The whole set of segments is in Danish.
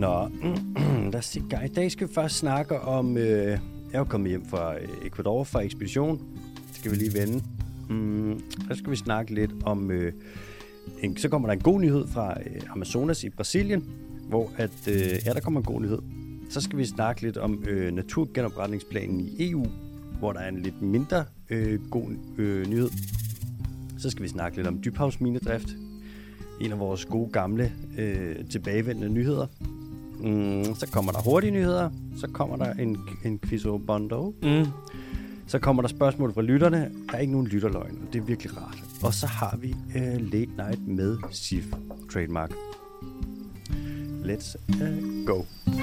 Nå, lad os se, i dag skal vi først snakke om... jeg er jo kommet hjem fra Ecuador fra ekspedition. Det skal vi lige vende. Der skal vi snakke lidt om... så kommer der en god nyhed fra Amazonas i Brasilien, hvor der kommer en god nyhed. Så skal vi snakke lidt om naturgenopretningsplanen i EU, hvor der er en lidt mindre god nyhed. Så skal vi snakke lidt om dybhavsminedrift. En af vores gode gamle tilbagevendende nyheder. Så kommer der hurtige nyheder. Så kommer der en quizobondo. Så kommer der spørgsmål fra lytterne. Der er ikke nogen lytterløgn, og det er virkelig rart. Og så har vi Late Night med SIF Trademark. Let's go.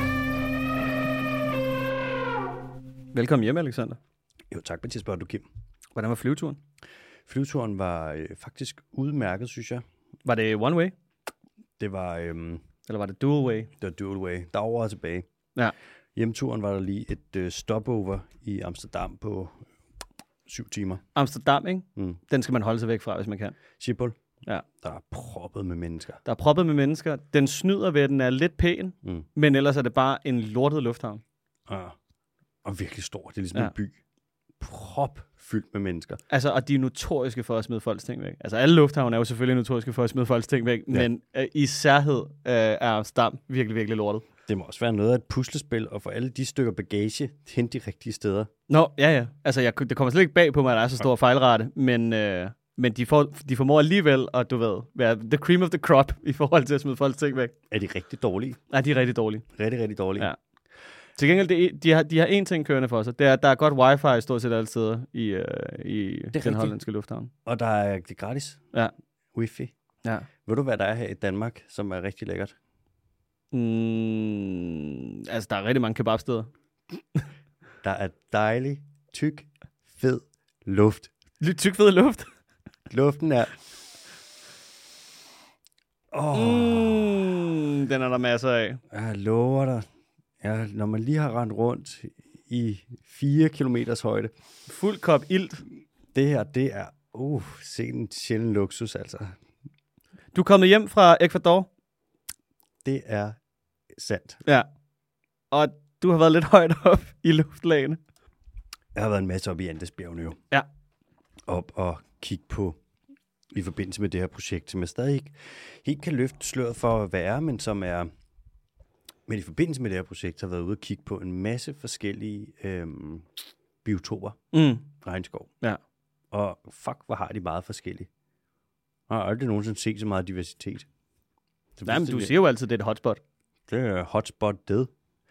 Velkommen hjem, Alexander. Jo, tak, Mathias Børn, du Kim. Hvordan var flyveturen? Flyveturen var faktisk udmærket, synes jeg. Var det one way? Det var... Eller var det dual way? Det var dual way. Derovre og tilbage. Ja. Hjemturen var der lige et stopover i Amsterdam på 7 timer. Amsterdam, ikke? Den skal man holde sig væk fra, hvis man kan. Schiphol. Ja. Der er proppet med mennesker. Der er proppet med mennesker. Den snyder ved, at den er lidt pæn, men ellers er det bare en lortet lufthavn. Ja. Og virkelig stor. Det er ligesom en by. Propfyldt med mennesker. Altså, og de er notoriske for at smide folks ting væk. Altså, alle lufthavne er jo selvfølgelig notoriske for at smide folks ting væk, men i særhed er Amsterdam virkelig, virkelig lortet. Det må også være noget af et puslespil, og få alle de stykker bagage hen de rigtige steder. Nå, ja. Altså, det kommer slet ikke bag på mig, at der er så stor fejlrate, men de formår alligevel at, du ved, være the cream of the crop i forhold til at smide folks ting væk. Er de rigtig dårlige? Nej, de er rigtig dårlige. Rigtig, rigtig dårlige. Ja. Til gengæld, de har én ting kørende for sig. Det er, der er godt wifi stort set alle steder i den hollandske lufthavn. Og det er gratis? Ja. Wifi? Ja. Ved du, hvad der er her i Danmark, som er rigtig lækkert? Altså, der er rigtig mange kebabsteder. Der er dejlig, tyk, fed luft. Tyk, fed luft? Luften er... Den er der masser af. Jeg lover dig. Ja, når man lige har rendt rundt i 4 kilometers højde. Fuld kop ilt. Det her, det er se en sjælden luksus, altså. Du er kommet hjem fra Ecuador. Det er sandt. Ja. Og du har været lidt højt op i luftlagene. Jeg har været en masse op i Andesbjergene jo. Ja. Op og kigge på i forbindelse med det her projekt, som jeg stadig ikke helt kan løfte sløret for at være, men som er... Men i forbindelse med det her projekt har jeg været ude og kigge på en masse forskellige biotoper. Regnskov. Ja. Og hvor har de meget forskellige. Jeg har aldrig nogensinde set så meget diversitet. Jamen, du siger jo altid, det er et hotspot. Det er hotspot det.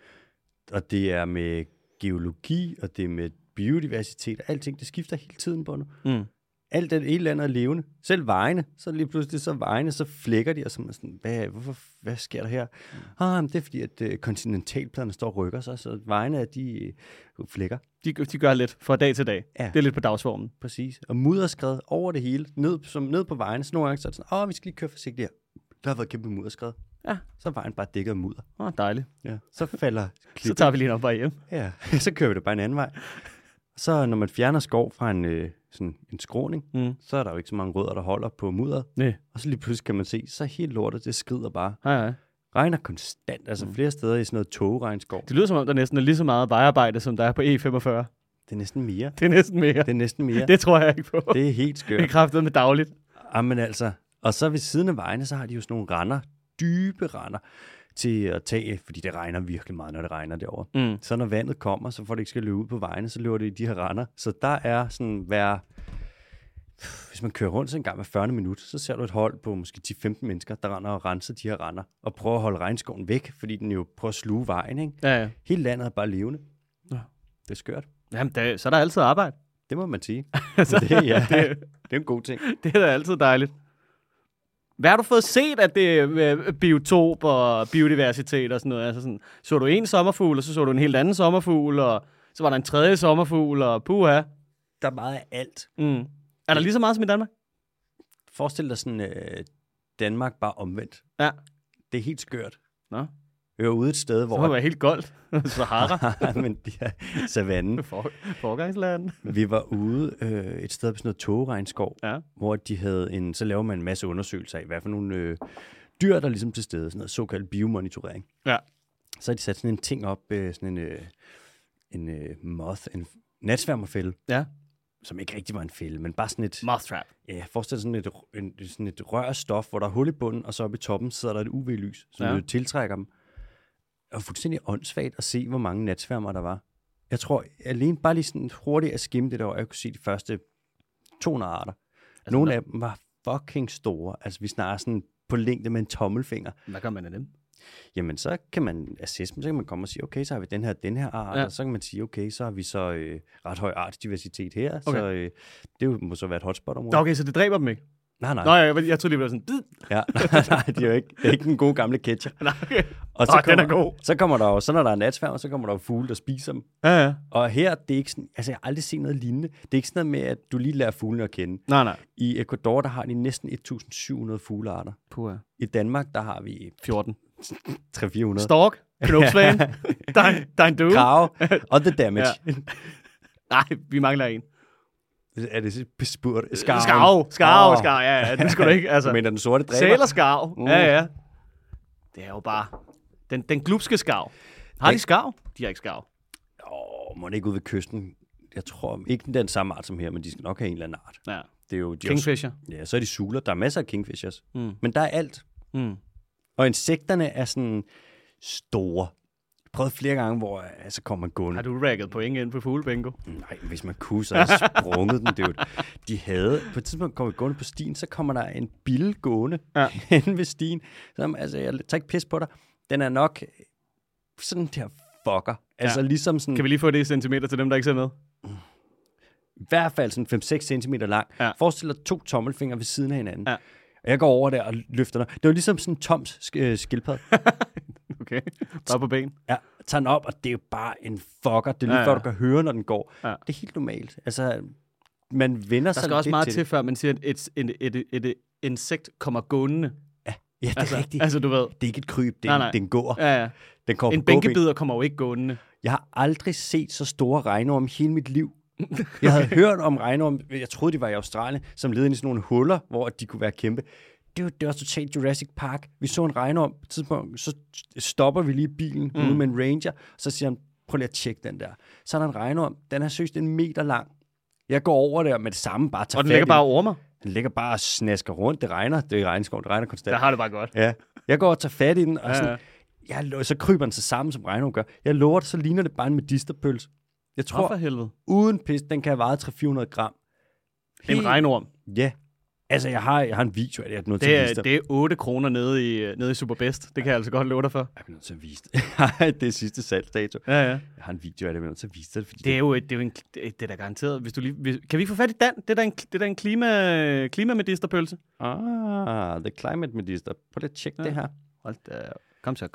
Og det er med geologi, og det er med biodiversitet. Alting, det skifter hele tiden på nu. Alt det hele landet er levende. Selv vejene, så lige pludselig så flækker de, og så sådan, hvad sker der her? Det er fordi, at kontinentalpladerne står og rykker sig, så vejene de flækker. De gør lidt fra dag til dag. Ja. Det er lidt på dagsformen. Præcis. Og mudderskred over det hele, ned på vejene. Så nogle gange så er det sådan, vi skal lige køre forsigtigt her. Der har været kæmpe mudderskred. Ja. Så er vejen bare dækket af mudder. Dejligt. Ja. Så falder klippen. Så tager vi lige en opvej hjem. Ja, så kører vi det bare en anden vej. Så når man fjerner skov fra en skråning, så er der jo ikke så mange rødder, der holder på mudderet. Nej. Og så lige pludselig kan man se, så helt lortet, det skrider bare. Hej. Regner konstant, altså flere steder i sådan noget togregnskov. Det lyder som om, der næsten er lige så meget vejarbejde, som der er på E45. Det er næsten mere. Det tror jeg ikke på. Det er helt skørt. Det er kraftet med dagligt. Jamen altså, og så ved siden af vejene, så har de jo sådan nogle render, dybe render, til at tage, fordi det regner virkelig meget, når det regner derovre. Så når vandet kommer, så får det ikke skal løbe ud på vejene, så løber det i de her render. Så der er sådan hvis man kører rundt så en gang med 40 minutter, så ser du et hold på måske 10-15 mennesker, der render og renser de her render, og prøver at holde regnskoven væk, fordi den jo prøver at sluge vejen, ikke? Ja. Hele landet er bare levende. Ja. Det er skørt. Jamen, så er der altid arbejde. Det må man sige. det er en god ting. Det er da altid dejligt. Hvad har du fået set af det biotop og biodiversitet og sådan noget? Altså sådan, så du en sommerfugl, og så du en helt anden sommerfugl, og så var der en tredje sommerfugl, og puha. Der er meget af alt. Er der lige så meget som i Danmark? Forestil dig sådan Danmark bare omvendt. Ja. Det er helt skørt. Nå. Vi var ude et sted, hvor... Så må det være helt goldt. Sahara. Men savannen. Forgangsland. Vi var ude et sted på sådan noget togregnskov, hvor de havde så laver man en masse undersøgelser af, hvad for nogle dyr, der er ligesom til stede. Sådan noget såkaldt biomonitorering. Ja. Så har de sat sådan en ting op, sådan en moth, en natsværmerfælde. Ja. Som ikke rigtig var en fælde, men bare sådan et... Moth trap. Ja, forestil dig sådan et rørstof, hvor der er hul i bunden, og så oppe i toppen sidder der et UV-lys, som tiltrækker dem. Og fuldstændig åndssvagt at se, hvor mange natsværmer der var. Jeg tror, alene bare lige sådan hurtigt at skimme det der, jeg kunne se de første 200 arter. Altså, nogle af dem var fucking store. Altså, vi snakker sådan på længde med en tommelfinger. Hvad gør man af dem? Jamen, så kan man assess dem, så kan man komme og sige, okay, så har vi den her art, og så kan man sige, okay, så har vi så ret høj artsdiversitet her, okay. Så det må så være et hotspot-område. Okay, så det dræber dem ikke? Nej. Nå, jeg troede lige, det var sådan... Ja, nej, det er jo ikke den gode gamle ketcher. Nej, okay. Og så den er god. Så kommer der jo, så når der er natsværmer, så kommer der jo fugle, der spiser dem. Ja. Og her, det er ikke sådan, altså jeg har aldrig set noget lignende. Det er ikke sådan noget med, at du lige lærer fuglene at kende. Nej. I Ecuador, der har de næsten 1.700 fuglearter. Puh. I Danmark, der har vi 14. 300-400. Stork, knopsvane, dein du. Krage og the damage. Ja. Nej, vi mangler en. Er det bespurgt? Skarv, ja, det skulle du ikke. Altså. Du mener den sorte dræber? Sæl og skarv, ja. Det er jo bare den glupske skarv. Har de skarv? De har ikke skarv. Må det ikke ud ved kysten? Jeg tror ikke den samme art som her, men de skal nok have en eller anden art. Ja. Det er jo Kingfisher. Ja, så er de suler. Der er masser af kingfishers. Men der er alt. Og insekterne er sådan store. Jeg prøvede flere gange, hvor så kommer man gående. Har du rækket point ind på fuglebingo? Nej, hvis man kunne, så havde jeg sprunget den. Det de havde, på et tidspunkt kommer vi gående på stien, så kommer der en bille gående hen ved stien. Så, altså, jeg tager ikke pis på dig. Den er nok sådan der fucker. Altså ligesom sådan... Kan vi lige få det i centimeter til dem, der ikke ser med? I hvert fald sådan 5-6 centimeter lang. Ja. Forestil dig 2 tommelfingre ved siden af hinanden. Ja. Og jeg går over der og løfter den. Det var ligesom sådan en toms skildpadde. Okay, bare på ben. Ja, tager den op, og det er jo bare en fucker. Det er lige før, du kan høre, når den går. Ja. Det er helt normalt. Altså, man vender sig der skal også meget til, før man siger, at et insekt kommer gående. Ja, det er rigtigt. Altså, du ved. Det er ikke et kryb, det er en går. Ja. Den kommer en bænkebider kommer jo ikke gående. Jeg har aldrig set så store regnorme i hele mit liv. Jeg havde hørt om regnorme, jeg troede, de var i Australien, som levede ind i sådan nogle huller, hvor de kunne være kæmpe. Det var totalt Jurassic Park. Vi så en regnorm på et tidspunkt, så stopper vi lige bilen ude med en ranger, så siger han, prøv lige at tjekke den der. Så er der en regnorm, den er seriøst 1 meter lang. Jeg går over der med det samme, bare tager og den ligger bare over mig? Den ligger bare og snasker rundt, det regner, det er regnskov, det regner konstant. Der har det bare godt. Ja. Jeg går og tager fat i den, og sådan, så kryber den sig sammen, som regnorm gør. Jeg lover det, så ligner det bare en medisterpølse. Jeg tror, for helvede. Uden pis, den kan have vejet 300-400 gram. En regnorm? Ja. Altså, jeg har en video af det, jeg er nødt til at vise dig. Det er 8 kroner nede i Superbest. Det kan jeg altså godt love dig for. Jeg er nødt til at vise det. Det er sidste salgsdato. Ja. Jeg har en video af det, jeg er nødt til at vise det. Fordi det er da garanteret. Hvis du lige, kan vi få fat i Dan? Det er da en klimamedisterpølse. The climate medister. Prøv lige at tjekke det her. Hold da. Kom så.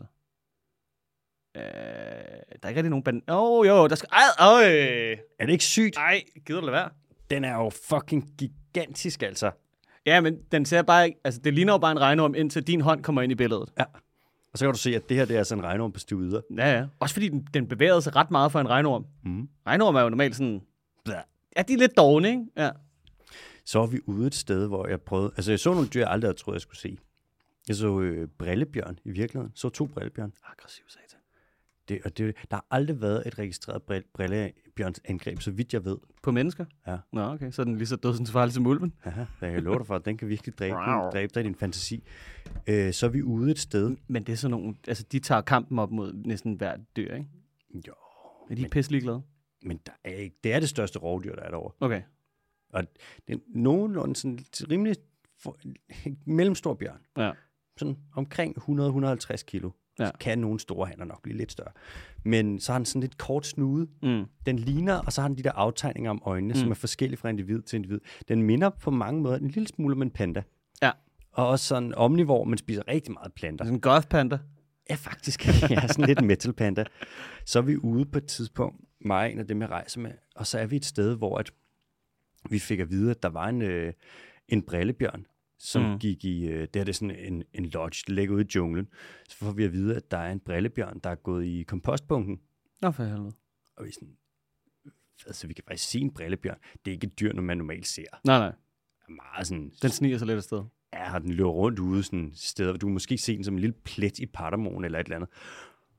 Der er ikke rigtig nogen jo, der skal... Er det ikke sygt? Nej, gider du lade være? Den er jo fucking gigantisk, altså. Ja, men den ser bare ikke... Altså, det ligner jo bare en regnorm, indtil din hånd kommer ind i billedet. Ja. Og så kan du se, at det her, det er altså en regnorm på stivider. Ja. Også fordi den bevægede sig ret meget for en regnorm. Regnorm er jo normalt sådan... Ja, de er lidt dovne, ikke? Ja. Så var vi ude et sted, hvor jeg prøvede... Altså, jeg så nogle dyr, jeg aldrig havde troet, jeg skulle se. Jeg så brillebjørn i virkeligheden. Så 2 brillebjørn. Aggressiv satan. Der har aldrig været et registreret brillebjørns angreb, så vidt jeg ved. På mennesker? Ja. Nå, okay. Så er den lige så dødsens farlig som ulven? Aha, jeg kan love dig for, at den kan virkelig dræbe dig i din fantasi. Så er vi ude et sted. Men det er sådan nogle... Altså, de tager kampen op mod næsten hvert dyr, ikke? Jo. Er de pisselig glade? Men det er det største rovdyr, der er derovre. Okay. Og det er nogenlunde sådan rimelig mellemstor bjørn. Ja. Sådan omkring 100-150 kilo. Ja. Så kan nogle store hanner nok blive lidt større. Men så har den sådan lidt kort snude. Den ligner, og så har den de der aftegninger om øjnene, som er forskellige fra individ til individ. Den minder på mange måder en lille smule om en panda. Ja. Og også sådan omnivor, man spiser rigtig meget planter. Sådan en goth panda? Ja, faktisk. Ja, sådan lidt metal panda. Så er vi ude på et tidspunkt, mig og en af dem, jeg rejser med, og så er vi et sted, hvor vi fik at vide, at der var en brillebjørn, som gik i, det er sådan en lodge, der ligger ude i junglen. Så får vi at vide, at der er en brillebjørn, der er gået i kompostbunken. Nå, for helvede. Og vi sådan, altså vi kan faktisk se en brillebjørn. Det er ikke et dyr, man normalt ser. Nej. Meget sådan... Den sniger sig lidt afsted. Ja, den løber rundt ude sådan steder. Du kan måske se den som en lille plet i Patamon eller et eller andet.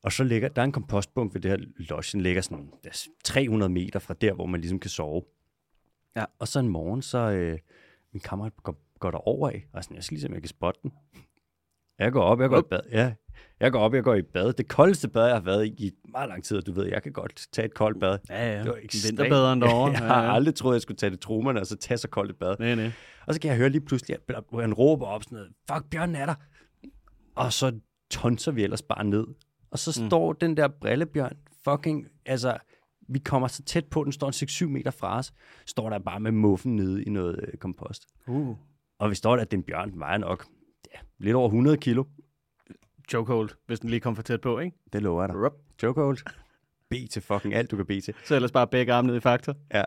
Og så ligger der en kompostbunke ved det her lodge, den ligger sådan 300 meter fra der, hvor man ligesom kan sove. Ja. Og så en morgen, så min kammerat går derover af, og sådan, jeg skal ligesom, jeg kan spotte den. Jeg går i bad. Ja, jeg går i bad. Det koldeste bad, jeg har været i meget lang tid, og du ved, jeg kan godt tage et koldt bad. Ja. Det var ekstremt. Vinterbaderen derovre. Jeg har aldrig troet, jeg skulle tage det trummerne, og så tage så koldt et bad. Nej. Og så kan jeg høre lige pludselig, at han råber op sådan noget, fuck, bjørnen er der. Og så tonser vi ellers bare ned. Og så står den der brillebjørn fucking, altså, vi kommer så tæt på, den står 6-7 meter fra os, står der bare med muffen nede i noget kompost. Og vi står der, at den bjørn vejer nok lidt over 100 kilo. Chokehold, hvis den lige kommer for tæt på, ikke? Det lover jeg dig. Chokehold. B til fucking alt, du kan bede til. Så ellers bare begge arme ned i Faktor. Ja,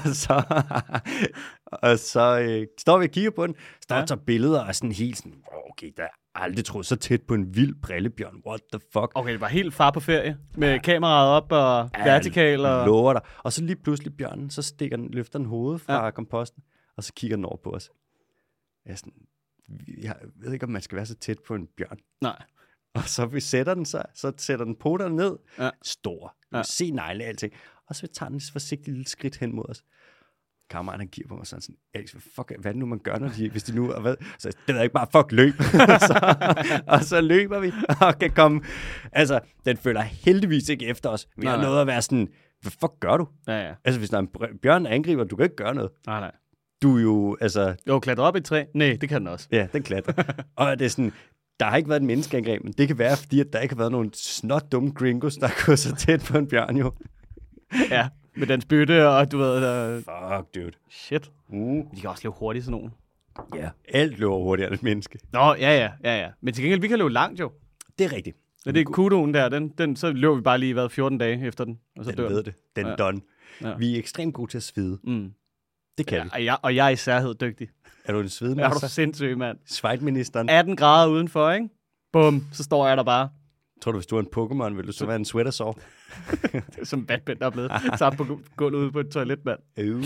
og så står vi og kigger på den, står og tager billeder og sådan helt sådan, okay, der er aldrig troet så tæt på en vild brillebjørn, what the fuck. Okay, det var helt far på ferie, med kameraet op og vertikal. Og lover dig. Og så lige pludselig bjørnen, så løfter den hovedet fra komposten, og så kigger den over på os. Jeg ved ikke, om man skal være så tæt på en bjørn. Nej. Og så vi sætter den så sætter den poterne ned. Ja. Stor. Se negle alting. Og så tager den et forsigtigt lille skridt hen mod os. Kammeren, han giver på mig sådan, Alex, hvad er det nu, man gør, hvis de nu... Så det ved jeg ikke, bare fuck, løb. og så løber vi, og kan komme... Altså, den følger heldigvis ikke efter os. Vi har noget at være sådan, hvad fuck gør du? Ja. Altså, hvis der er en bjørn angriber, du kan ikke gøre noget. Nej. Du er jo, altså... Jo, klatre op i et træ? Nej, det kan den også. Ja, den klatrer. Og det er sådan... Der har ikke været et menneskeangreb, men det kan være, fordi at der ikke har været nogen snot dumme gringos, der går så tæt på en bjørn, jo. Ja, med den spytte, og du ved... Fuck, dude. Shit. De kan også løbe hurtigt, sådan nogen. Ja, alt løber hurtigere end et menneske. Nå, ja. Men til gengæld, vi kan løbe langt, jo. Det er rigtigt. Men det er kudoen der, så løber vi bare lige 14 dage efter den, og så den dør ved det. Den er done. Ja. Vi er ekstremt gode til at svede. Det kan vi. Og jeg er i særhed dygtig. Er du en svedemaster? Er du sindssyg, mand? Schweitministeren. 18 grader udenfor, ikke? Bum, så står jeg der bare. Tror du, hvis du er en Pokémon, vil du så være en sweatersaw? Det er som Batman, der er blevet sat på gulvet ude på et toilet, mand.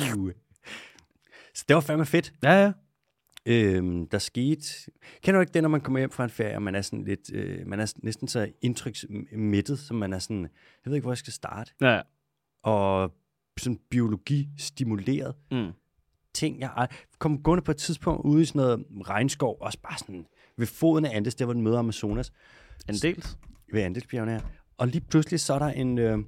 Så det var fandme fedt. Ja. Der skete... Kender du ikke det, når man kommer hjem fra en ferie, og man er sådan lidt... man er næsten så indtryksmættet, som man er sådan... Jeg ved ikke, hvor jeg skal starte. Ja. Og sådan biologi-stimuleret. Ting, jeg kom gående på et tidspunkt ude i sådan noget regnskov, også bare sådan ved foden af Andes, der hvor den møder Amazonas. Andels? Ved Andelsbjergene her. Og lige pludselig så er der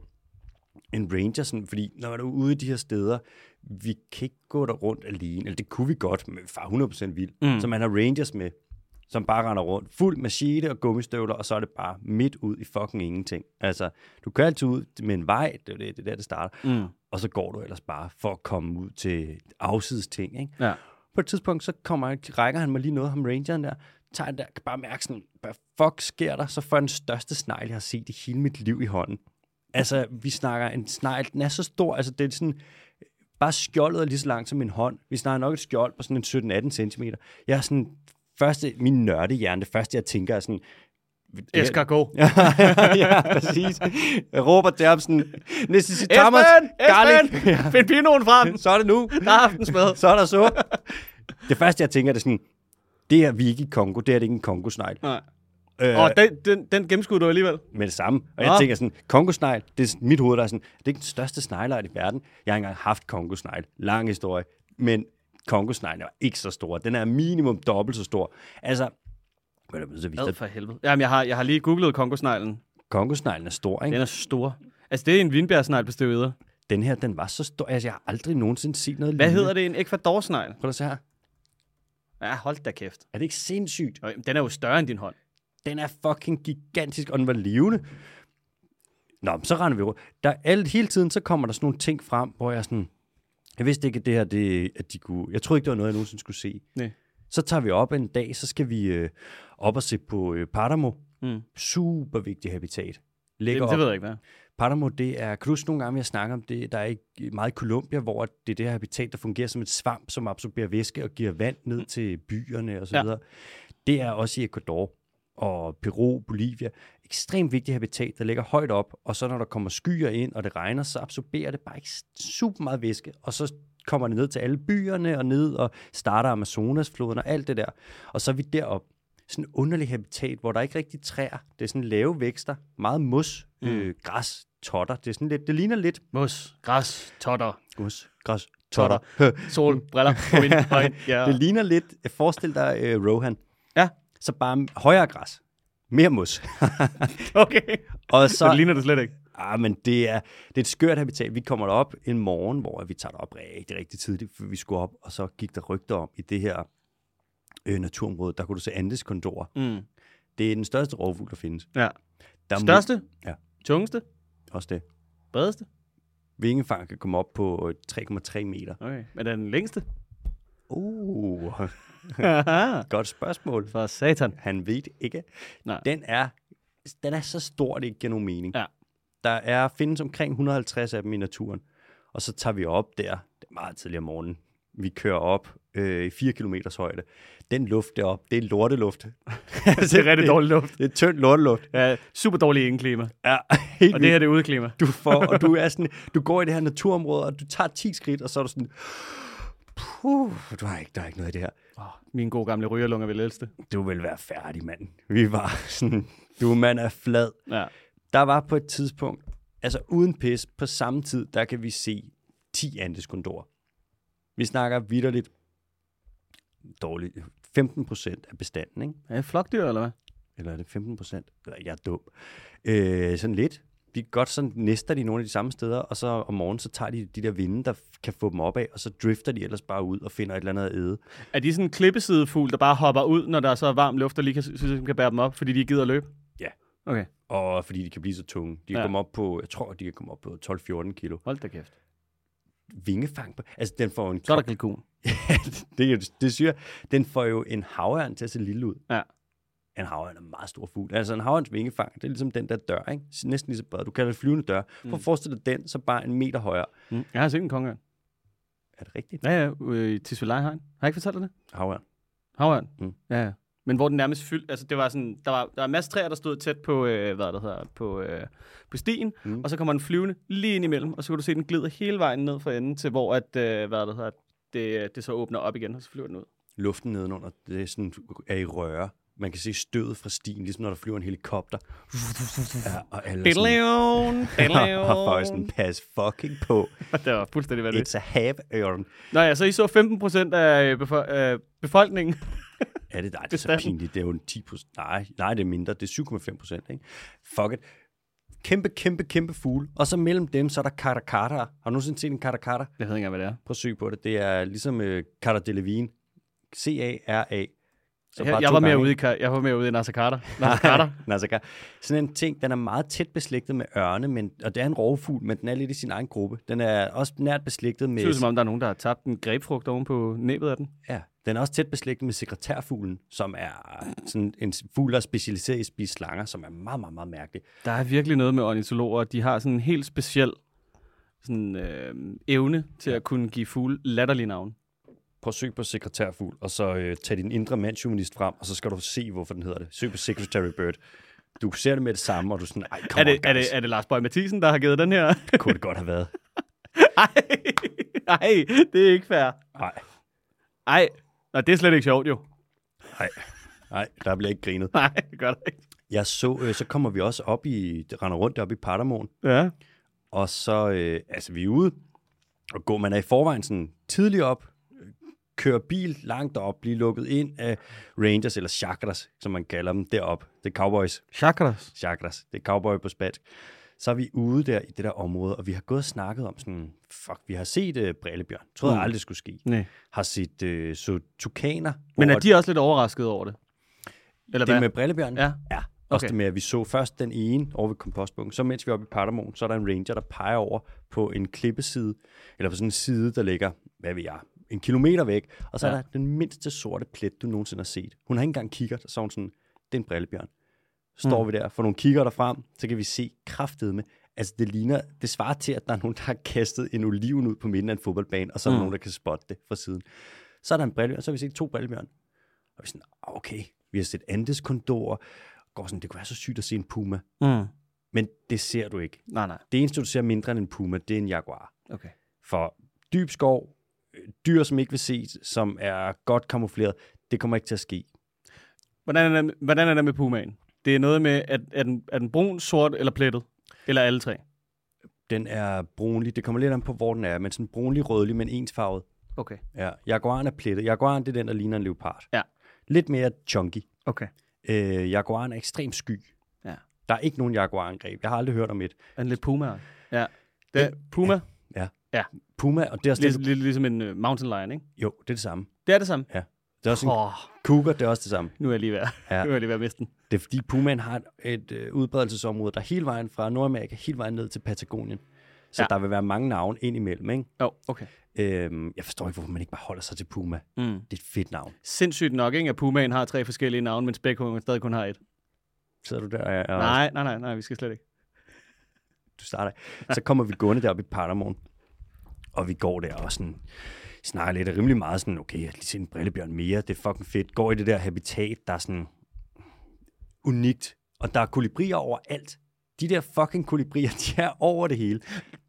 en ranger, sådan, fordi når man er ude i de her steder, vi kan ikke gå der rundt alene, eller det kunne vi godt, men far 100% vild. Så man har rangers med, som bare render rundt, fuld machete og gummistøvler, og så er det bare midt ud i fucking ingenting. Altså, du kører altid ud med en vej, det er der, det starter, og så går du ellers bare for at komme ud til afsides ting, ikke? Ja. På et tidspunkt, så rækker han mig lige noget, ham rangeren der, tager den der, kan bare mærke sådan, hvad fuck sker der? Så får jeg den største snegl, jeg har set i hele mit liv i hånden. Altså, vi snakker en snegl, den er så stor, altså det er sådan, bare skjoldet er lige så langt som min hånd. Vi snakker nok et skjold på sådan en 17-18 centimeter. Jeg er sådan, min nørdehjerne, det første jeg tænker er sådan, escargot. ja, præcis. Jeg råber til ham sådan, Esben! Find pinoen frem! Så er det nu. Der er aftensmad. Så er der så. Det første jeg tænker, det er sådan, det her vi ikke i Kongo, det her det er ikke en kongosnegl. Nej. Og den gennemskudde du alligevel? Med det samme. Og jeg tænker sådan, kongosnegl, det er mit hoved, der er sådan, det er ikke den største sneglart i verden. Jeg har ikke engang haft kongosnegl. Lang historie. Men kongosneglen er ikke så stor. Den er minimum dobbelt så stor. Altså, hvad for helvede. Jamen, jeg har lige googlet kongosneglen. Kongosneglen er stor, ikke? Den er stor. Altså, det er en vinbjergsnegl på støveder. Den her, den var så stor. Altså, jeg har aldrig nogensinde set noget lignende. Hvad hedder det? En ekvadorsnegl? Prøv at se her. Ja, hold da kæft. Er det ikke sindssygt? Den er jo større end din hånd. Den er fucking gigantisk, og den var levende. Nå, så render vi rundt. Hele tiden, så kommer der sådan nogle ting frem, hvor jeg sådan... Jeg vidste ikke, at det her, at de kunne... Jeg troede ikke, det var noget, jeg nogensinde skulle se. Nej. Så tager vi op en dag, så skal vi op og se på Paramo. Super vigtig habitat. Det ved jeg ikke, hvad. Paramo, det er... Kan du huske nogle gange, vi har snakket om det? Der er ikke meget i Colombia, hvor det er det her habitat, der fungerer som et svamp, som absorberer væske og giver vand ned til byerne og så videre. Det er også i Ecuador og Peru, Bolivia. Ekstremt vigtigt habitat, der ligger højt op, og så når der kommer skyer ind, og det regner, så absorberer det bare ikke super meget væske, og så kommer det ned til alle byerne og ned og starter Amazonasfloden og alt det der. Og så er vi derop. sådan en underlig habitat, hvor der ikke rigtig træer. Det er sådan lave vækster, meget mos, græs, totter. Det er sådan lidt, det ligner lidt Mos, græs, totter. mos, græs, totter. Sol, briller på mine øjne. Ja. Det ligner lidt, forestil dig Rohan. Ja. Så bare højere græs, mere mos. Okay. Og Så det ligner det slet ikke. Men det er et skørt habitat. Vi kommer derop en morgen, hvor vi tager derop rigtig tidligt, for vi skulle op, og så gik der rygter om i det her naturområde, der kunne du se Andes kondorer. Det er den største rovfugl, der findes. Ja. Der Største? Ja. Tungeste? Også det. Bredeste? Vingefang kan komme op på 3,3 meter. Okay. Men den længste? Godt spørgsmål. For satan. Han ved ikke. Nej. Den er så stor, det ikke giver nogen mening. Ja. Der findes omkring 150 af dem i naturen. Og så tager vi op der. Det er meget tidligere om morgenen. Vi kører op i 4 kilometers højde. Den luft deroppe, det er lorteluft. Det er rigtig dårlig luft. Det er tynd lorteluft. Ja, super dårlig indeklima. Ja, helt Og det her, det er udeklima. Du går i det her naturområde, og du tager 10 skridt, og så er du sådan, der er ikke noget i det her. Min gode gamle rygerlunger vil ældste. Du vil være færdig, mand. Vi var sådan, mand er flad. Ja. Der var på et tidspunkt, altså uden pis, på samme tid, der kan vi se 10 andeskondorer. Vi snakker vitterligt dårligt. 15% af bestanden, ikke? Er det flokdyr, eller hvad? Eller er det 15%? Eller jeg er dum. Sådan lidt. De godt sådan næster de nogle af de samme steder, og så om morgenen, så tager de der vinde, der kan få dem op af, og så drifter de ellers bare ud og finder et eller andet at æde. Er de sådan en klippesidefugl, der bare hopper ud, når der er så varm luft, og lige kan bære dem op, fordi de gider at løbe? Ja. Okay. Og fordi de kan blive så tunge. De kan komme op på, jeg tror, de kan komme op på 12-14 kilo. Hold da kæft. Vingefang på. Altså, den får en... Så er der kalkun. det siger, den får jo en havørn til at se lille ud. Ja. En havørn er en meget stor fugl. Altså, en havørns vingefang, det er ligesom den der dør, ikke? Næsten lige så bred. Du kalder det flyvende dør. For at forestille dig den, så bare en meter højere. Jeg har set en kongeørn. Er det rigtigt? Ja, i Tisvildeleje Hegn. Har jeg ikke fortalt dig det? Havørn? Ja. Men hvor den nærmest fyldt, altså det var sådan, der var en masse træer, der stod tæt på, på stien, og så kommer den flyvende lige ind imellem, og så kan du se, den glider hele vejen ned fra enden til, hvor det så åbner op igen, og så flyver den ud. Luften nedenunder, det er sådan, er i røre. Man kan se stødet fra stien, ligesom når der flyver en helikopter. Ja, og alle har faktisk en pas fucking på. Det var fuldstændig vanvittigt. It's a have-ørn. Nå ja, så I så 15% af befolkningen. Ja, det er så pinligt. Det er jo 10%. Nej, det er mindre. Det er 7,5%, ikke? Fuck it. Kæmpe fugle. Og så mellem dem, så er der katakata. Har du nogensinde set en katakata? Jeg ved ikke engang, hvad det er. Prøv at søge på det. Det er ligesom Carter Delevingne. C-A-R-A. Jeg var mere ude i Nasser Carter. Sådan en ting, den er meget tæt beslægtet med ørne, og det er en rovfugl, men den er lidt i sin egen gruppe. Den er også nært beslægtet med... Det synes som om, der er nogen, der har tabt en grebfrugt oven på næbet af den. Ja, den er også tæt beslægtet med sekretærfuglen, som er sådan en fugl, der er specialiseret i at spise slanger, som er meget, meget, meget mærkelig. Der er virkelig noget med ornitologer. De har sådan en helt speciel sådan, evne til at kunne give fugle latterlige navn. Prøv at søg på sekretærfugl, og så tag din indre mandsjuvenist frem, og så skal du se, hvorfor den hedder det. Søg på secretary bird. Du ser det med det samme, og du er sådan, er det Lars Boje Mathiesen, der har givet den her? Det kunne det godt have været. Ej, det er ikke fair. Ej, nå, det er slet ikke sjovt, jo. Nej, der bliver ikke grinet. Nej, det gør det ikke. Jeg så kommer vi også render rundt op i Padermoen. Ja. Og så, vi er ude og gå. Man er i forvejen sådan tidligt op, kører bil langt op, bliver lukket ind af Rangers, eller Chakras, som man kalder dem, derop. Det er cowboys. Chakras. Det er cowboy på spansk. Så er vi ude der i det der område, og vi har gået og snakket om sådan, vi har set brillebjørn. Troede jeg aldrig skulle ske. Nej. Har set så tukaner. Men er de også lidt overrasket over det? Eller det hvad? Med brillebjørn? Ja. Også det med, at vi så først den ene over ved kompostbunken. Så mens vi er oppe i Padermoen, så er der en ranger, der peger over på en klippeside, eller på sådan en side, der ligger, hvad ved jeg, 1 kilometer væk. Og så er der den mindste sorte plet, du nogensinde har set. Hun har ikke engang kikkert, så hun sådan, det er en brillebjørn. Så står vi der, får nogle kigger frem, så kan vi se kraftedeme. Altså det svarer til, at der er nogen, der har kastet en oliven ud på midten af en fodboldbane, og så er der nogen, der kan spotte det fra siden. Så er der en brillebjørn, så har vi set 2 brillebjørn. Og vi er sådan, okay, vi har set Andes-kondorer. Det kunne være så sygt at se en puma. Men det ser du ikke. Nej. Det eneste, du ser mindre end en puma, det er en jaguar. Okay. For dyb skov, dyr, som ikke vil ses, som er godt kamufleret, det kommer ikke til at ske. Hvordan er det med pumaen? Det er noget med, at er den brun, sort eller plettet? Eller alle tre? Den er brunlig. Det kommer lidt an på, hvor den er, men sådan brunlig-rødlig, men ensfarvet. Okay. Ja, Jaguaren er plettet. Jaguaren, det er den, der ligner en leopard. Ja. Lidt mere chunky. Okay. Jaguaren er ekstremt sky. Ja. Der er ikke nogen jaguarangreb. Jeg har aldrig hørt om et. Er den lidt puma? Ja. Det er puma? Ja. Puma, og det er også lidt ligesom en mountain lion, ikke? Jo, det er det samme. Det er det samme? Ja. Det er også en cougar, det er også det samme. Nu er jeg lige ved at miste den. Det er fordi Pumaen har et udbredelsesområde, der er hele vejen fra Nordamerika, hele vejen ned til Patagonien. Så der vil være mange navne ind imellem, ikke? Jo, okay. Jeg forstår ikke, hvorfor man ikke bare holder sig til Puma. Mm. Det er et fedt navn. Sindssygt nok, ikke? At Pumaen har 3 forskellige navne, men spækhuggen stadig kun har et. Sidder du der? Nej, vi skal slet ikke. Du starter. Så kommer vi gående deroppe i Paramount, og vi går der og sådan snakker lidt rimelig meget sådan, okay, jeg har lige set en brillebjørn mere, det er fucking fedt. Går i det der habitat, der er sådan unikt, og der er kolibrier overalt. De der fucking kolibrier, de er over det hele.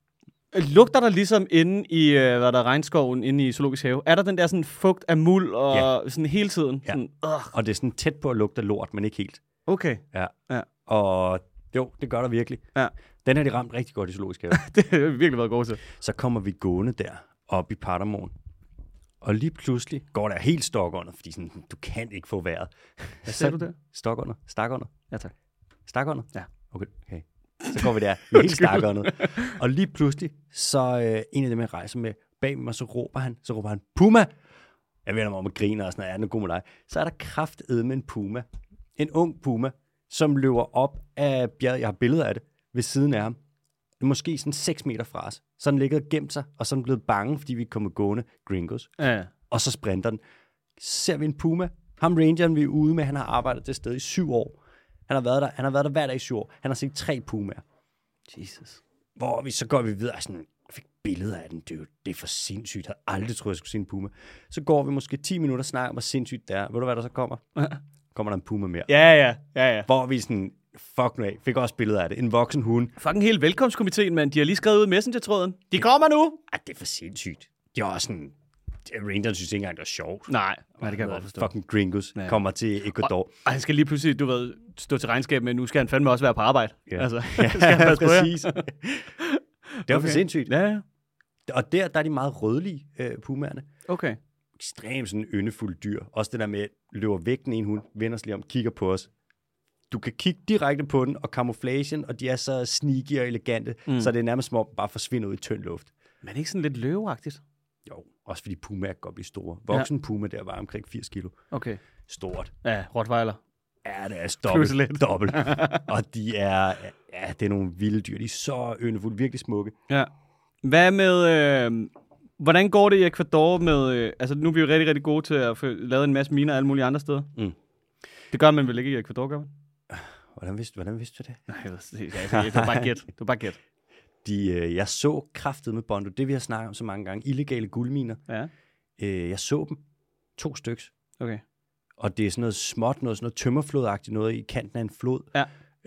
Lugter der ligesom inde i regnskoven inde i Zoologisk Have? Er der den der sådan fugt af muld og sådan hele tiden? Ja. Sådan, og det er sådan tæt på at lugte lort, men ikke helt. Okay. Ja. Og jo, det gør der virkelig. Ja. Den har de ramt rigtig godt i Zoologisk Have. Det har virkelig været god til. Så kommer vi gående der op i Paramount. Og lige pludselig går der helt stok under, fordi sådan, du kan ikke få vejret. Hvad sagde du der? Stok under. Stak under. Ja, tak. Stak under? Ja. Okay. Så går vi der med helt stak under. Og lige pludselig, så en af dem, jeg rejser med bag mig, så råber han, Puma! Jeg vender mig om og griner og sådan noget, er det god med dig? Så er der kraftedme en puma. En ung puma, som løber op af bjerget. Jeg har billeder af det ved siden af ham. Måske sådan 6 meter fra os. Så den ligger og gemt sig, og så er den blevet bange, fordi vi er kommet gående gringos. Ja. Og så sprinter den. Ser vi en puma? Ham rangeren, vi er ude med, han har arbejdet det sted i 7 år. Han har været der hver dag i 7 år. Han har set 3 pumaer. Jesus. Hvor vi så går vi videre, sådan, jeg fik billeder af den, det er for sindssygt. Jeg havde aldrig troet, jeg skulle se en puma. Så går vi måske 10 minutter og snakker om, hvor sindssygt det er. Ved du, hvad der så kommer? Kommer der en puma mere. Ja. Hvor vi sådan, fuck nu af, fik også billeder af det. En voksen hund. Fucking hele velkomstkomiteen, mand. De har lige skrevet ud i Messenger-tråden. De kommer nu! Det er for sindssygt. Det er også sådan, Rangers synes ikke engang, det er sjovt. Nej, det kan jeg godt forstå. Fucking gringos kommer til Ecuador. Og han skal lige pludselig, stå til regnskab med, nu skal han fandme også være på arbejde. Ja. Altså, skal han passe præcis. Det var for sindssygt. Ja. Og der er de meget rødlige, pumaerne. Okay. Ekstremt sådan yndefulde dyr. Også det der med, løber væk den ene hund, vender sig lige om, kigger på os. Du kan kigge direkte på den, og camouflagen, og de er så sneaky og elegante, så det er nærmest som om bare forsvinder ud i tynd luft. Men ikke sådan lidt løveagtigt? Jo, også fordi pumaer kan godt blive store. Voksen puma der var omkring 80 kilo. Okay. Stort. Ja, rottweiler. Ja, det er dobbelt. Og de er, det er nogle vilde dyr. De er så yndefulde, virkelig smukke. Ja. Hvad med, hvordan går det i Ecuador med, altså nu er vi jo rigtig, rigtig gode til at få lavet en masse miner alle mulige andre steder. Mm. Det gør man vel ikke i Ecuador, gør man? Hvordan vidste du det? Nej, det var bare gæt. Jeg så kraftet med Bondo, det vi har snakket om så mange gange, illegale guldminer. Ja. Jeg så dem 2 styks. Okay. Og det er sådan noget småt, sådan noget tømmerflodagtigt, noget i kanten af en flod. Ja.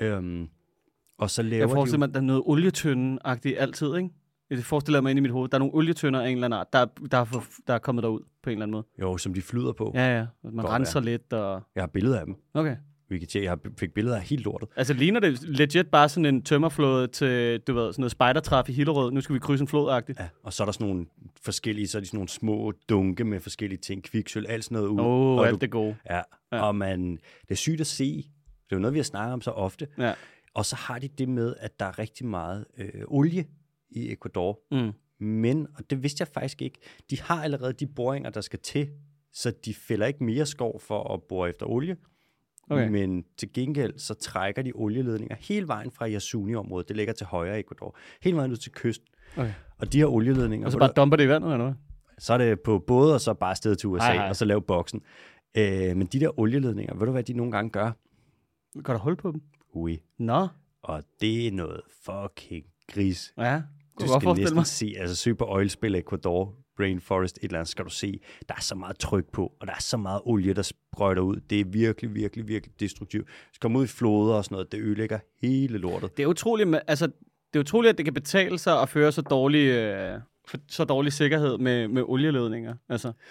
Og så laver jeg forestiller mig, at der er noget olietønde-agtigt altid, ikke? Det forestiller mig ind i mit hoved. Der er nogle olietønder af en eller anden art, der er kommet derud på en eller anden måde. Jo, som de flyder på. Ja. Man renser lidt. Og... Jeg har billeder af dem. Okay. Vi kan tjekke, jeg fik billeder af helt lortet. Altså ligner det legit bare sådan en tømmerflåde til, du ved, sådan noget spejdertræf i Hillerød. Nu skal vi krydse en flod-agtigt. Ja, og så er der sådan nogle forskellige, så er de sådan nogle små dunke med forskellige ting, kviksøl, alt sådan noget ud. Alt det gode. Ja, og det er sygt at se. Det er jo noget, vi har snakket om så ofte. Ja. Og så har de det med, at der er rigtig meget olie i Ecuador. Mm. Men, og det vidste jeg faktisk ikke, de har allerede de boringer, der skal til, så de fælder ikke mere skov for at bore efter olie. Okay. Men til gengæld, så trækker de olieledninger hele vejen fra Yasuni-området, det ligger til højre Ecuador, hele vejen ud til kysten. Okay. Og de her olieledninger... Og så bare dumper det i vandet, eller hvad? Så er det på både, og så bare afsted til USA, og så lave boksen. Men de der olieledninger, ved du hvad de nogle gange gør? Går der hul på dem? Oui. Nå. Og det er noget fucking gris. Ja, du skal næsten se, altså søg på oilspill Ecuador, Rainforest, et eller andet, skal du se, der er så meget tryk på, og der er så meget olie, der sprøjter ud. Det er virkelig, virkelig, virkelig destruktivt. Hvis du kommer ud i floder og sådan noget, det ødelægger hele lortet. Det er utroligt, at det kan betale sig at føre så dårlig sikkerhed med olieledninger. Altså.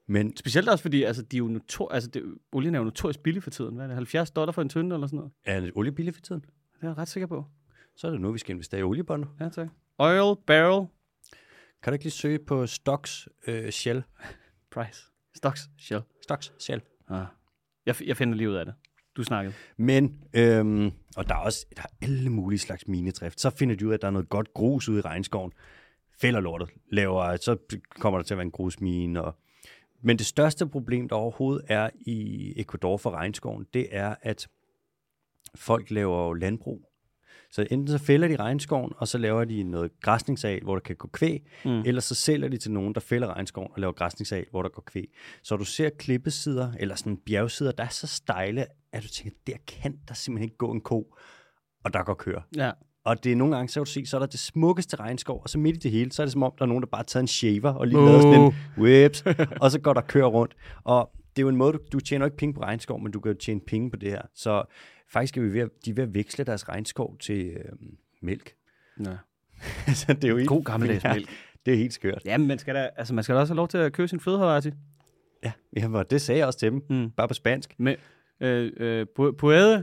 Men Specielt også fordi, altså, de er jo olien er jo notorisk billig for tiden. Hvad er det, $70 for en tynde eller sådan noget? er det olie billigt for tiden? Det er jeg ret sikker på. Så er det nu, vi skal investere i oliebånder. Ja, tak. Oil barrel Kan du ikke lige søge på Stocks Shell? price. Stocks Shell. Stocks Shell. Ah. Jeg finder lige ud af det. Du snakkede. Men, og der er alle mulige slags minedrift. Så finder du ud af, at der er noget godt grus ude i regnskoven. Fælder lortet. Så kommer der til at være en grusmine. Men det største problem, der overhovedet er i Ecuador for regnskoven, det er, at folk laver landbrug. Så enten så fælder de regnskoven, og så laver de noget græsningsareal, hvor der kan gå kvæg, eller så sælger de til nogen, der fælder regnskoven og laver græsningsareal, hvor der går kvæg. Så du ser klippesider, eller sådan bjergsider, der er så stejle, at du tænker, der kan der simpelthen ikke gå en ko, og der går køer. Ja. Og det er nogle gange, så kan du se, så er der det smukkeste regnskov, og så midt i det hele, så er det som om, der er nogen, der bare har taget en shaver, og lige lavet sådan en whips, og så går der køer rundt. Og det er jo en måde, du tjener ikke penge på regnskov, men du kan jo tjene penge på det her. Så faktisk er de ved at veksle deres regnskov til mælk. Ja. Så det er jo God gammeldags mælk. Det er helt skørt. Jamen, man skal da også have lov til at købe sin flødehavarti. Ja, jamen, det sagde jeg også til dem, bare på spansk. Med puede.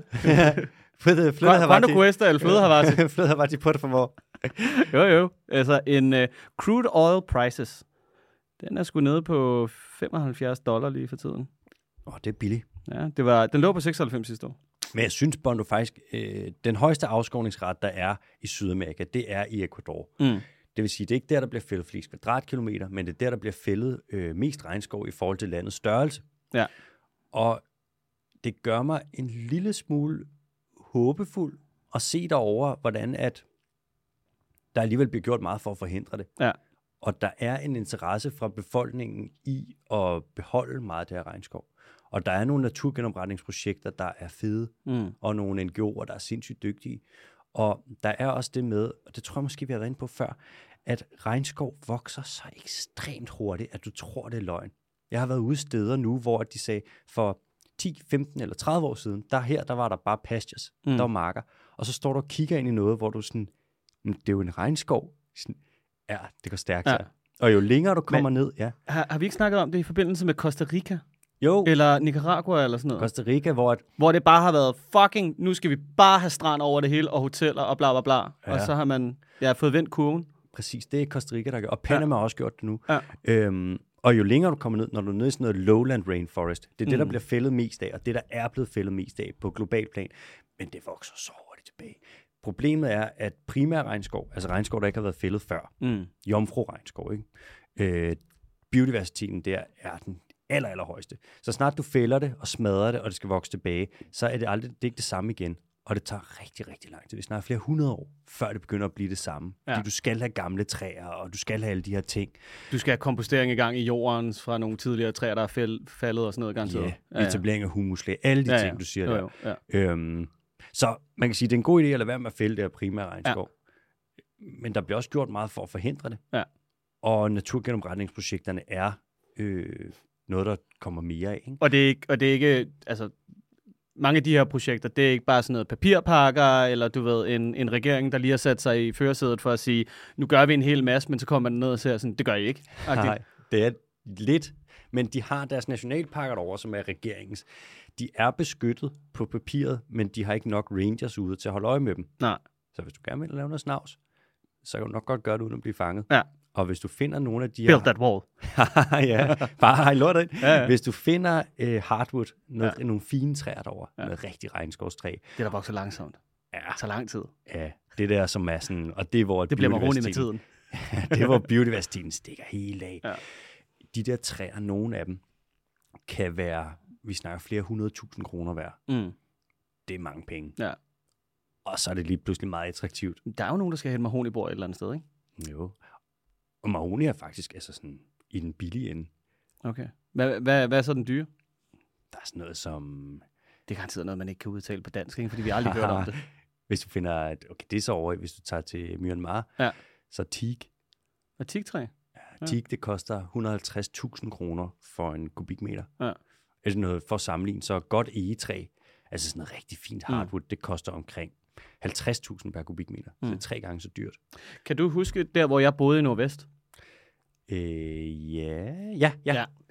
Cuando cuesta el flødehavarti? Flødehavarti på det for hvor? Jo. Altså en crude oil prices. Den er sgu nede på $75 lige for tiden. Det er billigt. Ja, den lå på 96 sidste år. Men jeg synes, Bondo, faktisk, den højeste afskovningsret, der er i Sydamerika, det er i Ecuador. Det vil sige, det er ikke der bliver fældet flest kvadratkilometer, men det er der bliver fældet mest regnskov i forhold til landets størrelse. Ja. Og det gør mig en lille smule håbefuld at se derovre, hvordan at der alligevel bliver gjort meget for at forhindre det. Ja. Og der er en interesse fra befolkningen i at beholde meget af det her regnskov. Og der er nogle naturgenopretningsprojekter, der er fede, og nogle NGO'er, der er sindssygt dygtige. Og der er også det med, og det tror jeg måske, vi har været inde på før, at regnskov vokser så ekstremt hurtigt, at du tror, det er løgn. Jeg har været ude steder nu, hvor de sagde, for 10, 15 eller 30 år siden, der var der bare pastures, der var marker. Og så står du og kigger ind i noget, hvor du sådan, det er jo en regnskov. Sådan, ja, det går stærkt her. Og jo længere du kommer ned, ja. Har vi ikke snakket om det i forbindelse med Costa Rica? Jo. Eller Nicaragua eller sådan noget? Costa Rica, hvor det bare har været fucking, nu skal vi bare have strand over det hele, og hoteller og bla bla bla. Ja. Og så har man fået vendt kurven. Præcis, det er Costa Rica, der gør. Og Panama har også gjort det nu. Ja. Og jo længere du kommer ned, når du er nede i sådan noget lowland rainforest, det er det, der bliver fældet mest af, og det, der er blevet fældet mest af på global plan. Men det vokser så hurtigt tilbage. Problemet er, at primær regnskov, altså regnskov, der ikke har været fældet før, jomfru-regnskov, ikke? Biodiversiteten der er den allerhøjeste. Så snart du fælder det og smadrer det, og det skal vokse tilbage, så er det ikke det samme igen. Og det tager rigtig, rigtig lang tid. Vi snakker flere 100 år, før det begynder at blive det samme. Ja. Fordi du skal have gamle træer, og du skal have alle de her ting. Du skal have kompostering i gang i jorden fra nogle tidligere træer, der er faldet og sådan noget garanteret. Ja, etablering af humuslag, alle de ting, du siger der. Ja. Så man kan sige, det er en god idé at lade være med at fælde det her primære regnskov. Ja. Men der bliver også gjort meget for at forhindre det. Ja. Og naturgenopretningsprojekterne er noget, der kommer mere af. Ikke? Og det er ikke, altså mange af de her projekter, det er ikke bare sådan noget papirpakker, eller du ved, en regering, der lige har sat sig i førersædet for at sige, nu gør vi en hel masse, men så kommer man ned og siger sådan, det gør I ikke. Nej, det er lidt, men de har deres nationalparker derovre, som er regeringens. De er beskyttet på papiret, men de har ikke nok rangers ude til at holde øje med dem. Nej. Så hvis du gerne vil lave noget snavs, så kan du nok godt gøre det, uden at blive fanget. Ja. Og hvis du finder nogle af de Build that wall. Ja, bare hej lort ind. Ja. Hvis du finder hardwood, nogle fine træer derovre, med rigtig regnskovstræ. Det der vokser langsomt. Ja. Det tager lang tid. Ja, det der som er sådan, og det er hvor det bliver maroni med tiden. Det er hvor biodiversiteten stikker helt af. Ja. De der træer, nogle af dem, kan være, vi snakker flere 100.000 kroner værd. Det er mange penge. Ja. Og så er det lige pludselig meget attraktivt. Der er jo nogen, der skal hente mahonibord et eller andet sted, ikke? Jo. Og mahoni er faktisk altså sådan i den billige ende. Okay. Hvad er så den dyre? Der er sådan noget som... Det er garanteret noget, man ikke kan udtale på dansk, ikke? Fordi vi aldrig hørt om det. Hvis du finder... Okay, det er så over, hvis du tager til Myanmar. Så teak. Og teaktræ? Ja, teak, det koster 150.000 kroner for en kubikmeter. Ja. Altså noget for at sammenligne. Så godt egetræ, altså sådan noget rigtig fint hardwood, det koster omkring 50.000 per kubikmeter. Så det er 3 gange så dyrt. Kan du huske der, hvor jeg boede i Nordvest? Ja.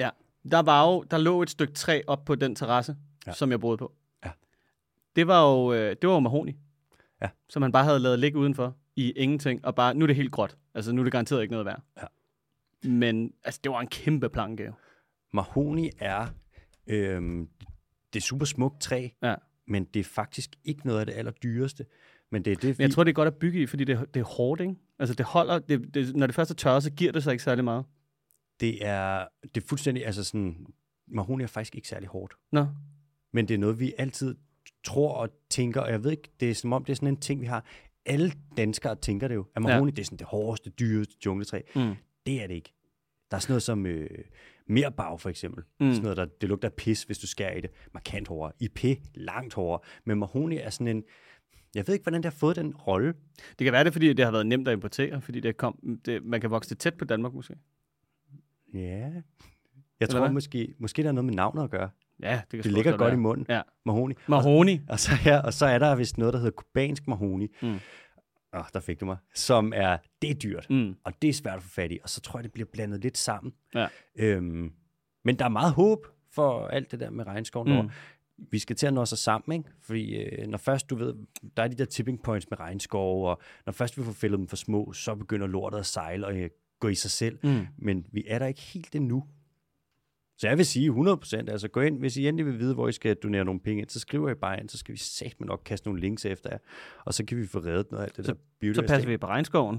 Der lå et stykke træ op på den terrasse, som jeg boede på. Ja. Det var jo mahogni, som han bare havde lavet ligge udenfor i ingenting, og bare, nu er det helt gråt. Altså, nu er det garanteret ikke noget værd. Ja. Men altså, det var en kæmpe plankegave. Mahogni er, det er super smukt træ, men det er faktisk ikke noget af det allerdyreste. Men det er det, jeg tror, det er godt at bygge i, fordi det er hårdt, ikke? Altså, det holder, når det først er tørret, så giver det sig ikke særlig meget. Det er fuldstændig, altså sådan, mahogni er faktisk ikke særlig hårdt. Nå. Men det er noget, vi altid tror og tænker, og jeg ved ikke, det er som om, det er sådan en ting, vi har. Alle danskere tænker det jo, at mahogni, det er sådan det hårdeste, dyreste jungletræ. Det er det ikke. Der er sådan noget som merbag for eksempel. Sådan noget, det lugter af pis, hvis du skærer i det. Markant hårdere. IP, langt hårdere. Men mahogni er sådan en... Jeg ved ikke, hvordan det har fået den rolle. Det kan være det, fordi det har været nemt at importere, fordi man kan vokse det tæt på Danmark måske. Ja. Jeg tror måske der er noget med navnet at gøre. Ja, det ligger godt i munden. Ja. Mahogni. Og så er der vist noget, der hedder kubansk mahogni. Der fik du mig. Det er dyrt, og det er svært at få fat i. Og så tror jeg, det bliver blandet lidt sammen. Ja. Men der er meget håb for alt det der med regnskoven. Vi skal til at nå sig sammen, ikke? Fordi når først du ved, der er de der tipping points med regnskov, og når først vi får fældet dem for små, så begynder lortet at sejle og gå i sig selv. Men vi er der ikke helt endnu. Så jeg vil sige 100%, altså gå ind, hvis I endelig vil vide, hvor I skal donere nogle penge ind, så skriver I bare ind, så skal vi satme nok kaste nogle links efter jer, og så kan vi få reddet noget af det der biodiversitet. Så passer vi på regnskoven.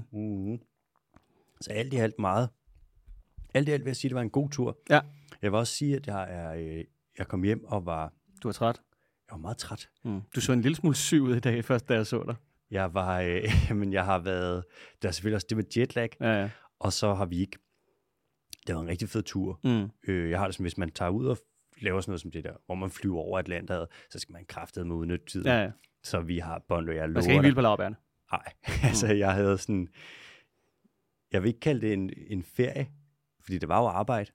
Så alt i alt vil jeg sige, det var en god tur. Ja. Jeg vil også sige, at jeg kom hjem og var... Du var træt? Jeg var meget træt. Du så en lille smule syg ud i dag, først da jeg så dig. Jeg har været... Der er selvfølgelig også det med jetlag, og så har vi ikke... Det var en rigtig fed tur. Jeg har det som, hvis man tager ud og laver sådan noget som det der, hvor man flyver over Atlanterhavet, så skal man kraftedeme udnytte tiden. Ja. Så vi har Bondo, jeg lover. Man skal ikke hvile på laurbærne. Nej, altså jeg havde sådan... Jeg vil ikke kalde det en ferie, fordi det var jo arbejde.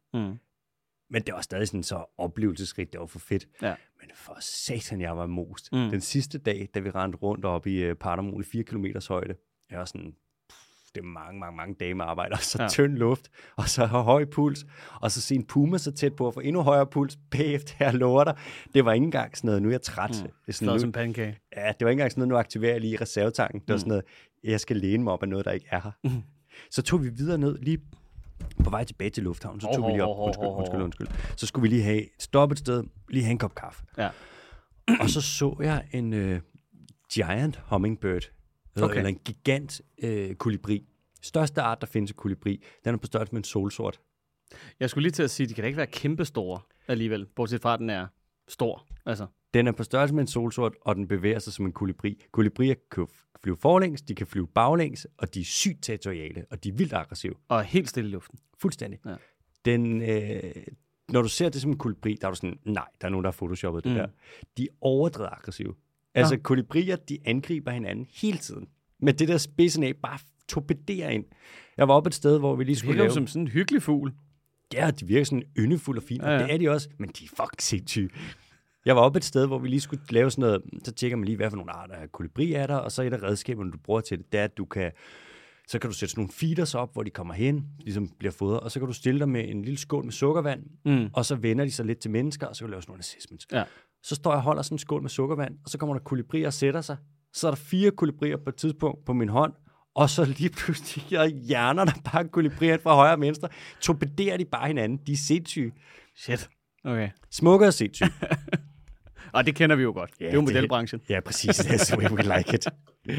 Men det var stadig sådan så oplevelsesrigt, det var for fedt. Ja. Men for satan, jeg var most. Den sidste dag, da vi rendte rundt op i Padermol i 4 kilometers højde, jeg var sådan... Det er mange dage med arbejde, og så tynd luft, og så høj puls, og så se en puma så tæt på, og få endnu højere puls bagefter, jeg lover dig. Det var ikke engang sådan noget, nu er jeg træt. Det er sådan som pancake. Ja, det var ikke engang sådan noget, nu aktiverer jeg lige reservetanken. Det var sådan noget, jeg skal læne mig op af noget, der ikke er her. Så tog vi videre ned, lige på vej tilbage til lufthavnen, så tog vi lige op, undskyld. Så skulle vi lige have stoppet et sted, lige have en kop kaffe. Ja. Og så jeg en giant hummingbird, eller en gigant kolibri. Største art, der findes af kolibri, den er på størrelse med en solsort. Jeg skulle lige til at sige, at de kan da ikke være kæmpestore alligevel, bortset fra, at den er stor. Altså. Den er på størrelse med en solsort, og den bevæger sig som en kolibri. Kolibrier kan flyve forlæns, de kan flyve baglæns, og de er sygt territoriale, og de er vildt aggressive. Og helt stille i luften. Fuldstændig. Ja. Den, når du ser det som en kolibri, der er du sådan, nej, der er nogen, der har photoshoppet det der. De er overdrevet aggressive. Altså kolibrier, de angriber hinanden hele tiden. Med det der spidsen af, bare torpederer ind. Jeg var oppe et sted, hvor vi lige skulle lave... Det som sådan en hyggelig fugl. Ja, de virker sådan yndefuld og fint, og det er de også, men de er fucking sindssyge. Jeg var oppe et sted, hvor vi lige skulle lave sådan noget, så tjekker man lige, hvad for nogle arter af kolibri er der, og så et af redskaberne, du bruger til det, det er, at så kan du sætte sådan nogle feeders op, hvor de kommer hen, ligesom bliver fodret, og så kan du stille dig med en lille skål med sukkervand, og så vender de sig lidt til mennesker, og så kan du lave sådan nogle assessments. Ja. Så står jeg og holder sådan en skål med sukkervand, og så kommer der kolibrier og sætter sig. Så er der 4 kolibrier på et tidspunkt på min hånd, og så lige pludselig hjerner der bare kolibrier fra højre og venstre, torpederer de bare hinanden. De er sindssyge. Shit. Okay. Smukke og sindssyge. Og det kender vi jo godt. Ja, det er jo modelbranchen. Ja, præcis. That's the way we like it.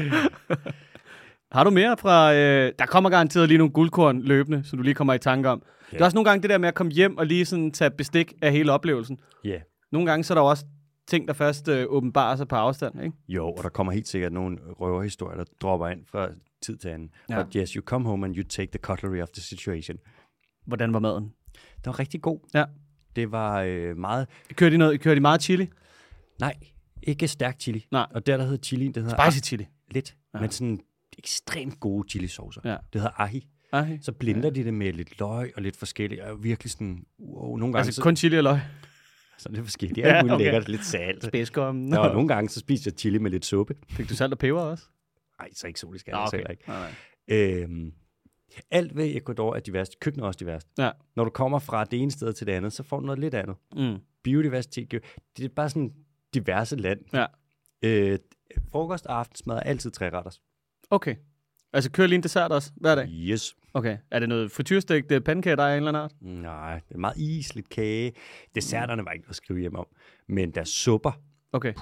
Har du mere fra... der kommer garanteret lige nogle guldkorn løbende, som du lige kommer i tanke om. Yeah. Det er også nogle gange det der med at komme hjem og lige sådan tage bestik af hele oplevelsen. Ja. Yeah. Nogle gange så er der også ting, der først åbenbarer sig på afstand, ikke? Jo, og der kommer helt sikkert nogle røverhistorier, der dropper ind fra tid til anden. Ja. But yes, you come home and you take the cutlery of the situation. Hvordan var maden? Det var rigtig god. Ja. Det var meget... Kører de meget chili? Nej, ikke stærk chili. Nej. Og der hedder chili, det hedder... Spicy chili? Lidt, men sådan ekstremt gode chilisaucer. Ja. Det hedder ahi. Så blinder de det med lidt løg og lidt forskelligt, og virkelig sådan... nogle gange, altså kun chili og løg? Så det er forskelligt. Det er lækkert, lidt salt. Spidskommen. Og nogle gange, så spiser jeg chili med lidt suppe. Fik du salt og peber også? Nej, så ikke solisk, jeg heller ikke. Nej. Alt ved Ecuador er diverst. Køkkenet er også diverst. Ja. Når du kommer fra det ene sted til det andet, så får du noget lidt andet. Biodiversitet. Det er bare sådan diverse land. Ja. Frokost og aftensmad er altid 3-retters. Okay. Altså kører lige en dessert også hver dag? Yes. Okay. Er det noget frityrestegt pandekager, der er en eller anden art? Nej, det er meget is, lidt kage. Desserterne var ikke noget at skrive hjem om. Men deres supper, Okay.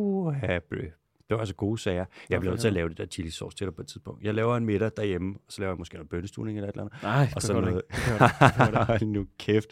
det var altså gode sager. Jeg blev nødt til at lave det der chili sauce til dig på et tidspunkt. Jeg laver en middag derhjemme, og så laver jeg måske noget bønnestuning eller et eller andet. Nej, og så noget. Hold nu kæft.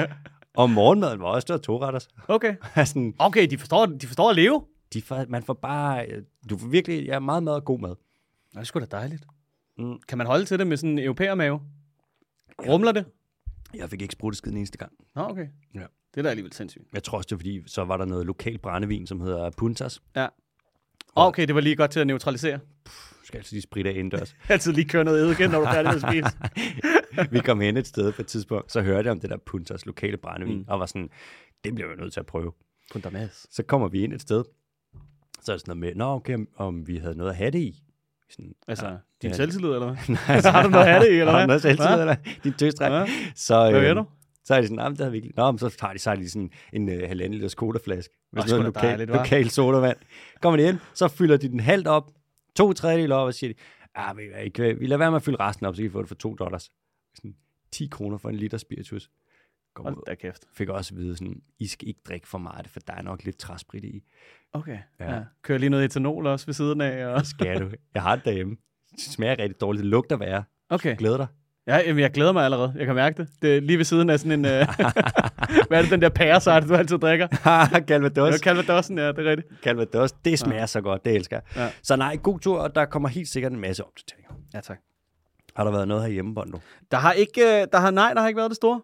Og morgenmaden var også der 2-retters. Okay. Sådan, Okay, de forstår at leve. man får bare... Du får virkelig meget mad og god mad. Det er sgu da dejligt. Kan man holde til det med sådan en europæermave? Rumler det? Jeg fik ikke sprudt skid den eneste gang. Nå, okay. Ja. Det er da alligevel sindssygt. Jeg tror også, det er fordi, så var der noget lokal brændevin, som hedder Puntas. Ja. Okay, det var lige godt til at neutralisere. Du skal altid lige spritte af indendørs. Altid lige køre noget igen, når du er færdig med at spise. Vi kom hen et sted på et tidspunkt, så hørte jeg om det der Puntas lokale brændevin, og var sådan, det bliver jeg nødt til at prøve. Puntamas. Så kommer vi ind et sted, så er det sådan noget med, okay, om vi havde noget at have det i. Sådan, altså, din selvtillid, eller hvad? Nej, så har du noget at have det i, eller hvad? Har du noget selvtillid, eller din tøstræk? Ja. Så, hvad ved du? Så er det sådan, det havde vi ikke. Nå, men så tager de lige sådan en 1,5 liters colaflaske med sådan noget dejligt, lokal sodavand. Kommer de ind, så fylder de den halvt op, 2/3 op, og siger de, vi lader være med at fylde resten op, så kan vi få det for $2. Sådan 10 kroner for en liter spiritus. Hold da kæft. Fik også at vide, sådan, I skal ikke drikke for meget, for der er nok lidt træsprit i. Okay, ja. Kører lige noget etanol også ved siden af. Og... Skal du. Jeg har det derhjemme. Det smager rigtig dårligt. Det lugter værre. Okay. Glæder dig. Ja, jamen, jeg glæder mig allerede. Jeg kan mærke det. Det er lige ved siden af sådan en... hvad er det, den der pæresejt, du altid drikker? Calvados. Calvadosen, ja, det er rigtigt. Calvados, det smager så godt. Det elsker jeg. Ja. Så nej, god tur, og der kommer helt sikkert en masse opdateringer. Ja, tak. Har der været noget herhjemme, Bondo? Der har ikke været det store.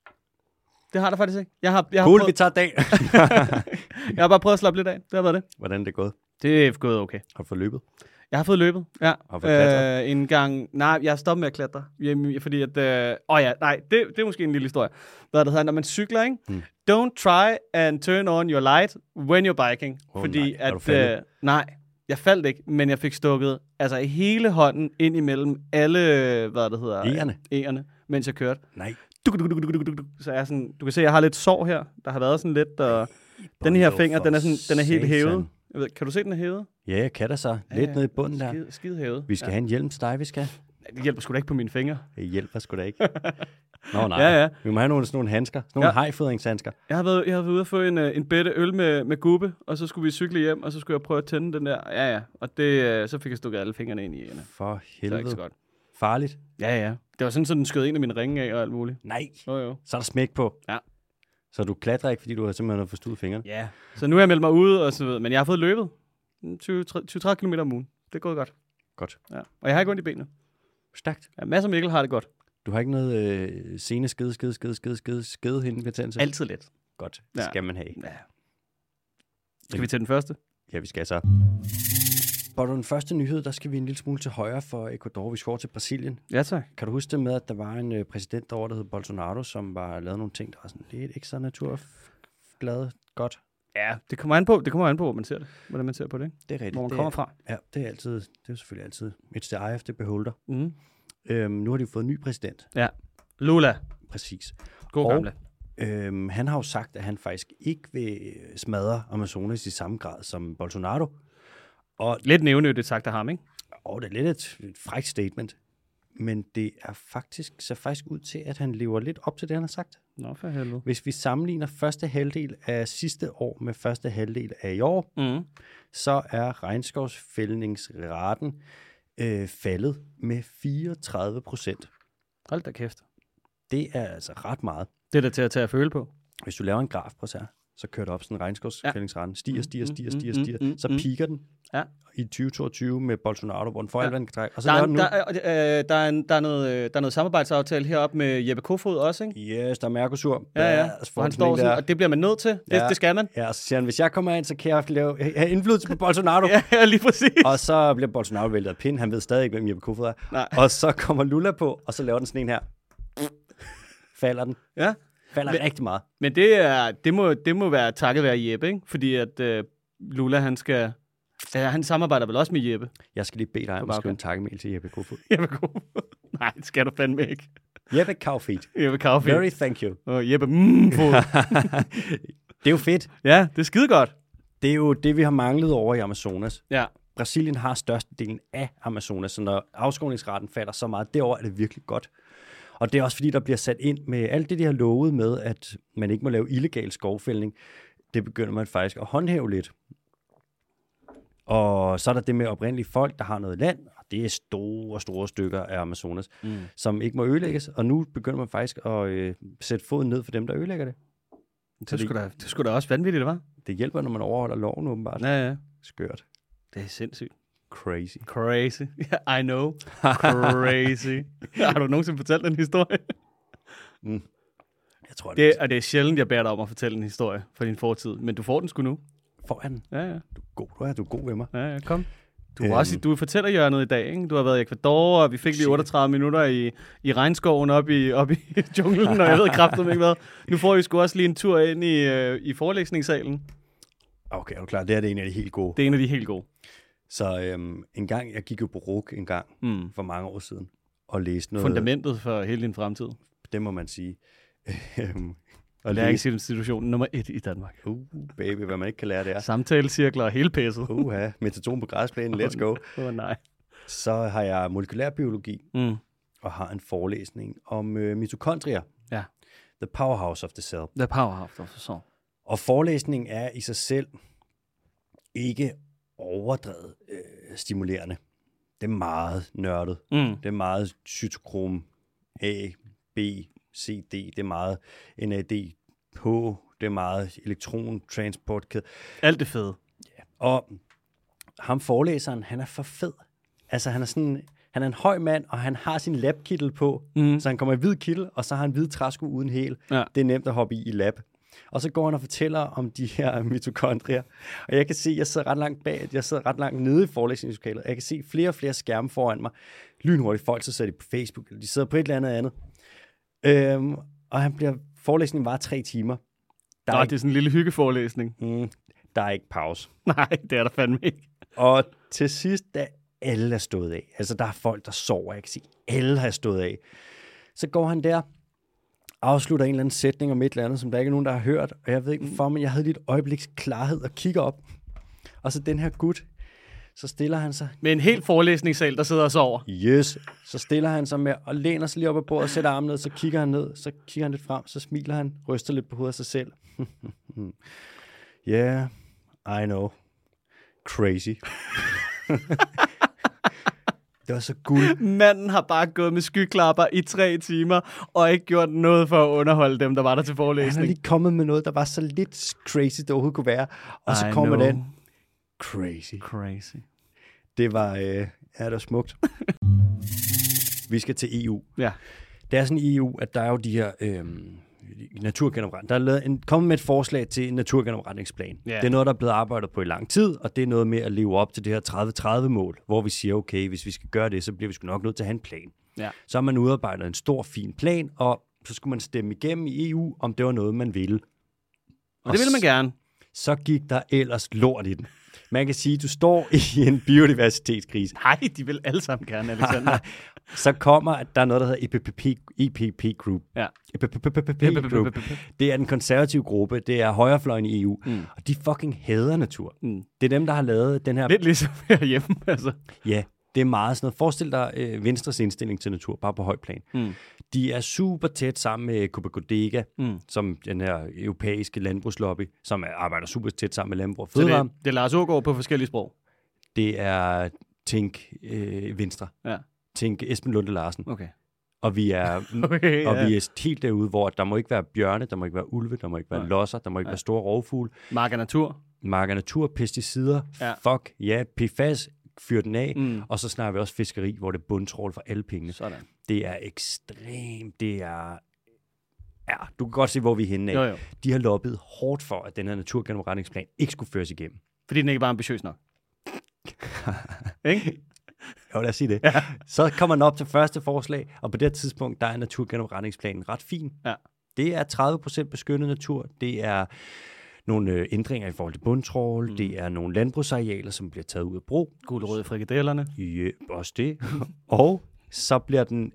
Det har der faktisk ikke. Jeg har cool, vi tager dagen. Jeg har bare prøvet at slappe lidt af. Det har været det. Hvordan er det gået? Det er gået okay. Har du fået løbet? Jeg har fået løbet, ja. Har du fået klatret? En gang... Nej, jeg har stoppet med at klatre. Fordi at... det er måske en lille historie. Hvad det hedder, når man cykler, ikke? Don't try and turn on your light when you're biking. Fordi at... nej, jeg faldt ikke, men jeg fik stukket hele hånden ind imellem alle, egerne, mens jeg kørte. Nej. Så jeg sådan, du kan se, jeg har lidt sår her. Der har været sådan lidt, og den her finger, den er helt hævet. Jeg ved, kan du se, den er hævet? Ja, jeg kan da så. Lidt nede i bunden der. Skide hævet. Vi skal have en hjelm til dig, vi skal. Det hjælper sgu da ikke på mine fingre. Det hjælper sgu da ikke. Nå nej, ja. Vi må have sådan nogle handsker. Sådan nogle hajfodringshandsker. Jeg har været ude at få en bette øl med gubbe, og så skulle vi cykle hjem, og så skulle jeg prøve at tænde den der. Ja. Og det, så fik jeg stukket alle fingrene ind i ene. For helvede. Det var ikke så godt. Farligt? Ja. Det var sådan, den skød en af mine ringe af og alt muligt. Nej. Jo. Så er der smæk på. Ja. Så du klatrer ikke, fordi du har simpelthen forstået fingrene? Ja. Så nu har jeg meldt mig ude, og så videre. Men jeg har fået løbet 20-30 km om ugen. Det er gået godt. Godt. Ja. Og jeg har ikke ondt i benene. Stærkt. Ja, masser af Mikkel har det godt. Du har ikke noget sene skedehindebetændelse? Altid let. Godt. Det skal man have. Ja. Skal vi til den første? Ja, vi skal så. På den første nyhed, der skal vi en lille smule til højre for Ecuador. Vi skal over til Brasilien. Ja, tak. Kan du huske det med, at der var en præsident derovre, der hed Bolsonaro, som var lavet nogle ting, der var sådan lidt ekstra naturglade godt? Ja, det kommer an på, hvordan man ser det. Hvordan man ser på det, ikke? Det er rigtigt. Hvor man kommer fra. Ja, det er selvfølgelig altid it's the eye of the beholder. Mm. Nu har de fået en ny præsident. Ja, Lula. Præcis. God gamle. Han har jo sagt, at han faktisk ikke vil smadre Amazonas i samme grad som Bolsonaro. Og lidt nævnyttigt sagt af ham, ikke? Og det er lidt et frækt statement. Men det er ser faktisk ud til, at han lever lidt op til det, han har sagt. Nå, for helvede. Hvis vi sammenligner første halvdel af sidste år med første halvdel af i år, så er regnskovsfældningsraten faldet med 34%. Hold da kæft. Det er altså ret meget. Det er da til at tage at føle på. Hvis du laver en graf på sig, så kører det op sådan regnskovsfældningsraten. Stiger. Så piker den i 2022 med Bolsonaro, hvor den får alt, hvad den kan trække. Og så der er noget samarbejdsaftale heroppe med Jeppe Kofod også, ikke? Yes, der er Mercosur. Ja. Og han står sådan, og det bliver man nødt til. Det skal man. Ja, og så siger han, hvis jeg kommer ind, så kan jeg have indflydelse på Bolsonaro. Ja, lige præcis. Og så bliver Bolsonaro væltet af pind. Han ved stadig ikke, hvem Jeppe Kofod er. Nej. Og så kommer Lula på, og så laver den sådan en her. Falder den. Ja. Falder rigtig meget. Men det må være takket være Jeppe, ikke? Fordi at Lula, han samarbejder vel også med Jeppe. Jeg skal lige bede dig om at skrive en takkemail til Jeppe Kofod. Jeppe Kofod. Nej, det skal du fandme ikke. Jeppe Kaufit. Jeppe Kaufit. Very thank you. Og Jeppe fod. Det er jo fedt. Ja, det er skide godt. Det er jo det, vi har manglet over i Amazonas. Ja. Brasilien har størstedelen af Amazonas, så når afskovningsraten falder så meget, derovre er det virkelig godt. Og det er også fordi, der bliver sat ind med alt det, de har lovet med, at man ikke må lave illegal skovfældning. Det begynder man faktisk at håndhæve lidt. Og så er der det med oprindelige folk, der har noget land, og det er store stykker af Amazonas, som ikke må ødelægges. Og nu begynder man faktisk at sætte foden ned for dem, der ødelægger det. Det skulle da også vanvittigt, det var. Det hjælper, når man overholder loven åbenbart. Ja. Skørt. Det er sindssygt. Crazy. I know. Crazy. Har du nogensinde fortalt den historie? Jeg tror, det er sjældent, jeg beder dig om at fortælle en historie fra din fortid, men du får den sgu nu. Får jeg den? Ja. Du er god ved mig. Ja, kom. Du fortæller hjørnet i dag, ikke? Du har været i Ecuador, og vi fik lige 38 minutter i regnskoven op i junglen, og jeg ved kraftedeme ikke hvad. Nu får vi sgu også lige en tur ind i forelæsningssalen. Okay, er du klar? Det er en af de helt gode. Det er en af de helt gode. Så en gang, jeg gik jo på RUC en gang for mange år siden, og læste noget... Fundamentet for hele din fremtid. Det må man sige. Og læringsinstitutionen nummer 1 i Danmark. Baby, hvad man ikke kan lære, det er. Samtalecirkler og hele pisset. Metaton på græsplænen, let's go. Nej. Så har jeg molekylærbiologi, og har en forelæsning om mitokondrier. Ja. The powerhouse of the cell. The powerhouse of the cell. Og forelæsningen er i sig selv ikke overdrevet stimulerende. Det er meget nørdet. Det er meget cytokrom A, B, C, D. Det er meget NAD, H. Det er meget elektrontransportkæde. Alt det fede. Ja. Og ham forelæseren, han er for fed. Altså han er en høj mand, og han har sin labkittel på. Så han kommer i hvid kittel, og så har han hvid træsko uden hæl. Ja. Det er nemt at hoppe i lab. Og så går han og fortæller om de her mitokondrier. Og jeg kan se, jeg sidder ret langt nede i forelæsningslokalet. Jeg kan se flere og flere skærme foran mig. Lynhurtigt folk, så sidder de på Facebook, eller de sidder på et eller andet. Og forelæsningen var 3 timer. Det er sådan en lille hyggeforelæsning. Der er ikke pause. Nej, det er der fandme ikke. Og til sidst, da alle er stået af, altså der er folk, der sover, jeg kan sige, alle har stået af, så går han der, afslutter en eller anden sætning om et eller andet, som der ikke er nogen, der har hørt, og jeg ved ikke hvorfor, men jeg havde lidt øjebliks klarhed og kigger op, og så den her gut, så stiller han sig... Med en helt forelæsningssal, der sidder og sover. Yes. Så stiller han sig med og læner sig lige op ad bordet og sætter armen ned, så kigger han ned, så kigger han lidt frem, så smiler han, ryster lidt på hovedet af sig selv. Yeah, I know. Crazy. Det var så guld. Manden har bare gået med skyklapper i 3 timer, og ikke gjort noget for at underholde dem, der var der til forelæsning. Han har lige kommet med noget, der var så lidt crazy, det overhovedet kunne være. Og så kommer den. Crazy. Det var, det var smukt. Vi skal til EU. Ja. Det er sådan i EU, at der er jo de her naturgenopretning. Der er kommet med et forslag til en naturgenopretningsplan. Yeah. Det er noget, der er blevet arbejdet på i lang tid, og det er noget med at leve op til det her 30-30-mål, hvor vi siger, okay, hvis vi skal gøre det, så bliver vi sgu nok nødt til at have en plan. Yeah. Så har man udarbejdet en stor, fin plan, og så skulle man stemme igennem i EU, om det var noget, man ville. Og det ville man gerne. Så gik der ellers lort i den. Man kan sige, at du står i en biodiversitetskrise. Nej, de vil alle sammen gerne, Alexander. Så kommer, at der er noget, der hedder EPP Group. Ja. EPP Group. Det er den konservative gruppe. Det er højrefløjen i EU. Og de fucking hader natur. Det er dem, der har lavet den her... Lidt ligesom herhjemme, altså. Ja, det er meget sådan noget. Forestil dig Venstres indstilling til natur, bare på højt plan. De er super tæt sammen med Copa-Codeca, som den her europæiske landbrugslobby, som arbejder super tæt sammen med Landbrug og Fødevare. Så det er Lars Aagaard på forskellige sprog? Det er Tænk Venstre. Ja. Tænk Esben Lunde Larsen. Okay. Og vi er, vi er helt derude, hvor der må ikke være bjørne, der må ikke være ulve, der må ikke være losser, der må ikke være store rovfugle. Mark og natur, pesticider, PFAS, fyr den af, og så snakker vi også fiskeri, hvor det er bundtrål for alle pengene. Sådan. Det er ekstremt, det er... Ja, du kan godt se, hvor vi er henne af. Jo. De har lobbyet hårdt for, at den her naturgenopretningsplan ikke skulle føres igennem. Fordi den ikke var ambitiøs nok. Ikke? Jo, lad os sige det. Ja. Så kommer man op til første forslag, og på det tidspunkt, der er naturgenopretningsplanen ret fin. Ja. Det er 30% beskyttet natur, det er nogle ændringer i forhold til bundtrål, det er nogle landbrugsarealer, som bliver taget ud af brug. Gulerød i frikadellerne. Ja, også det. Og så bliver den,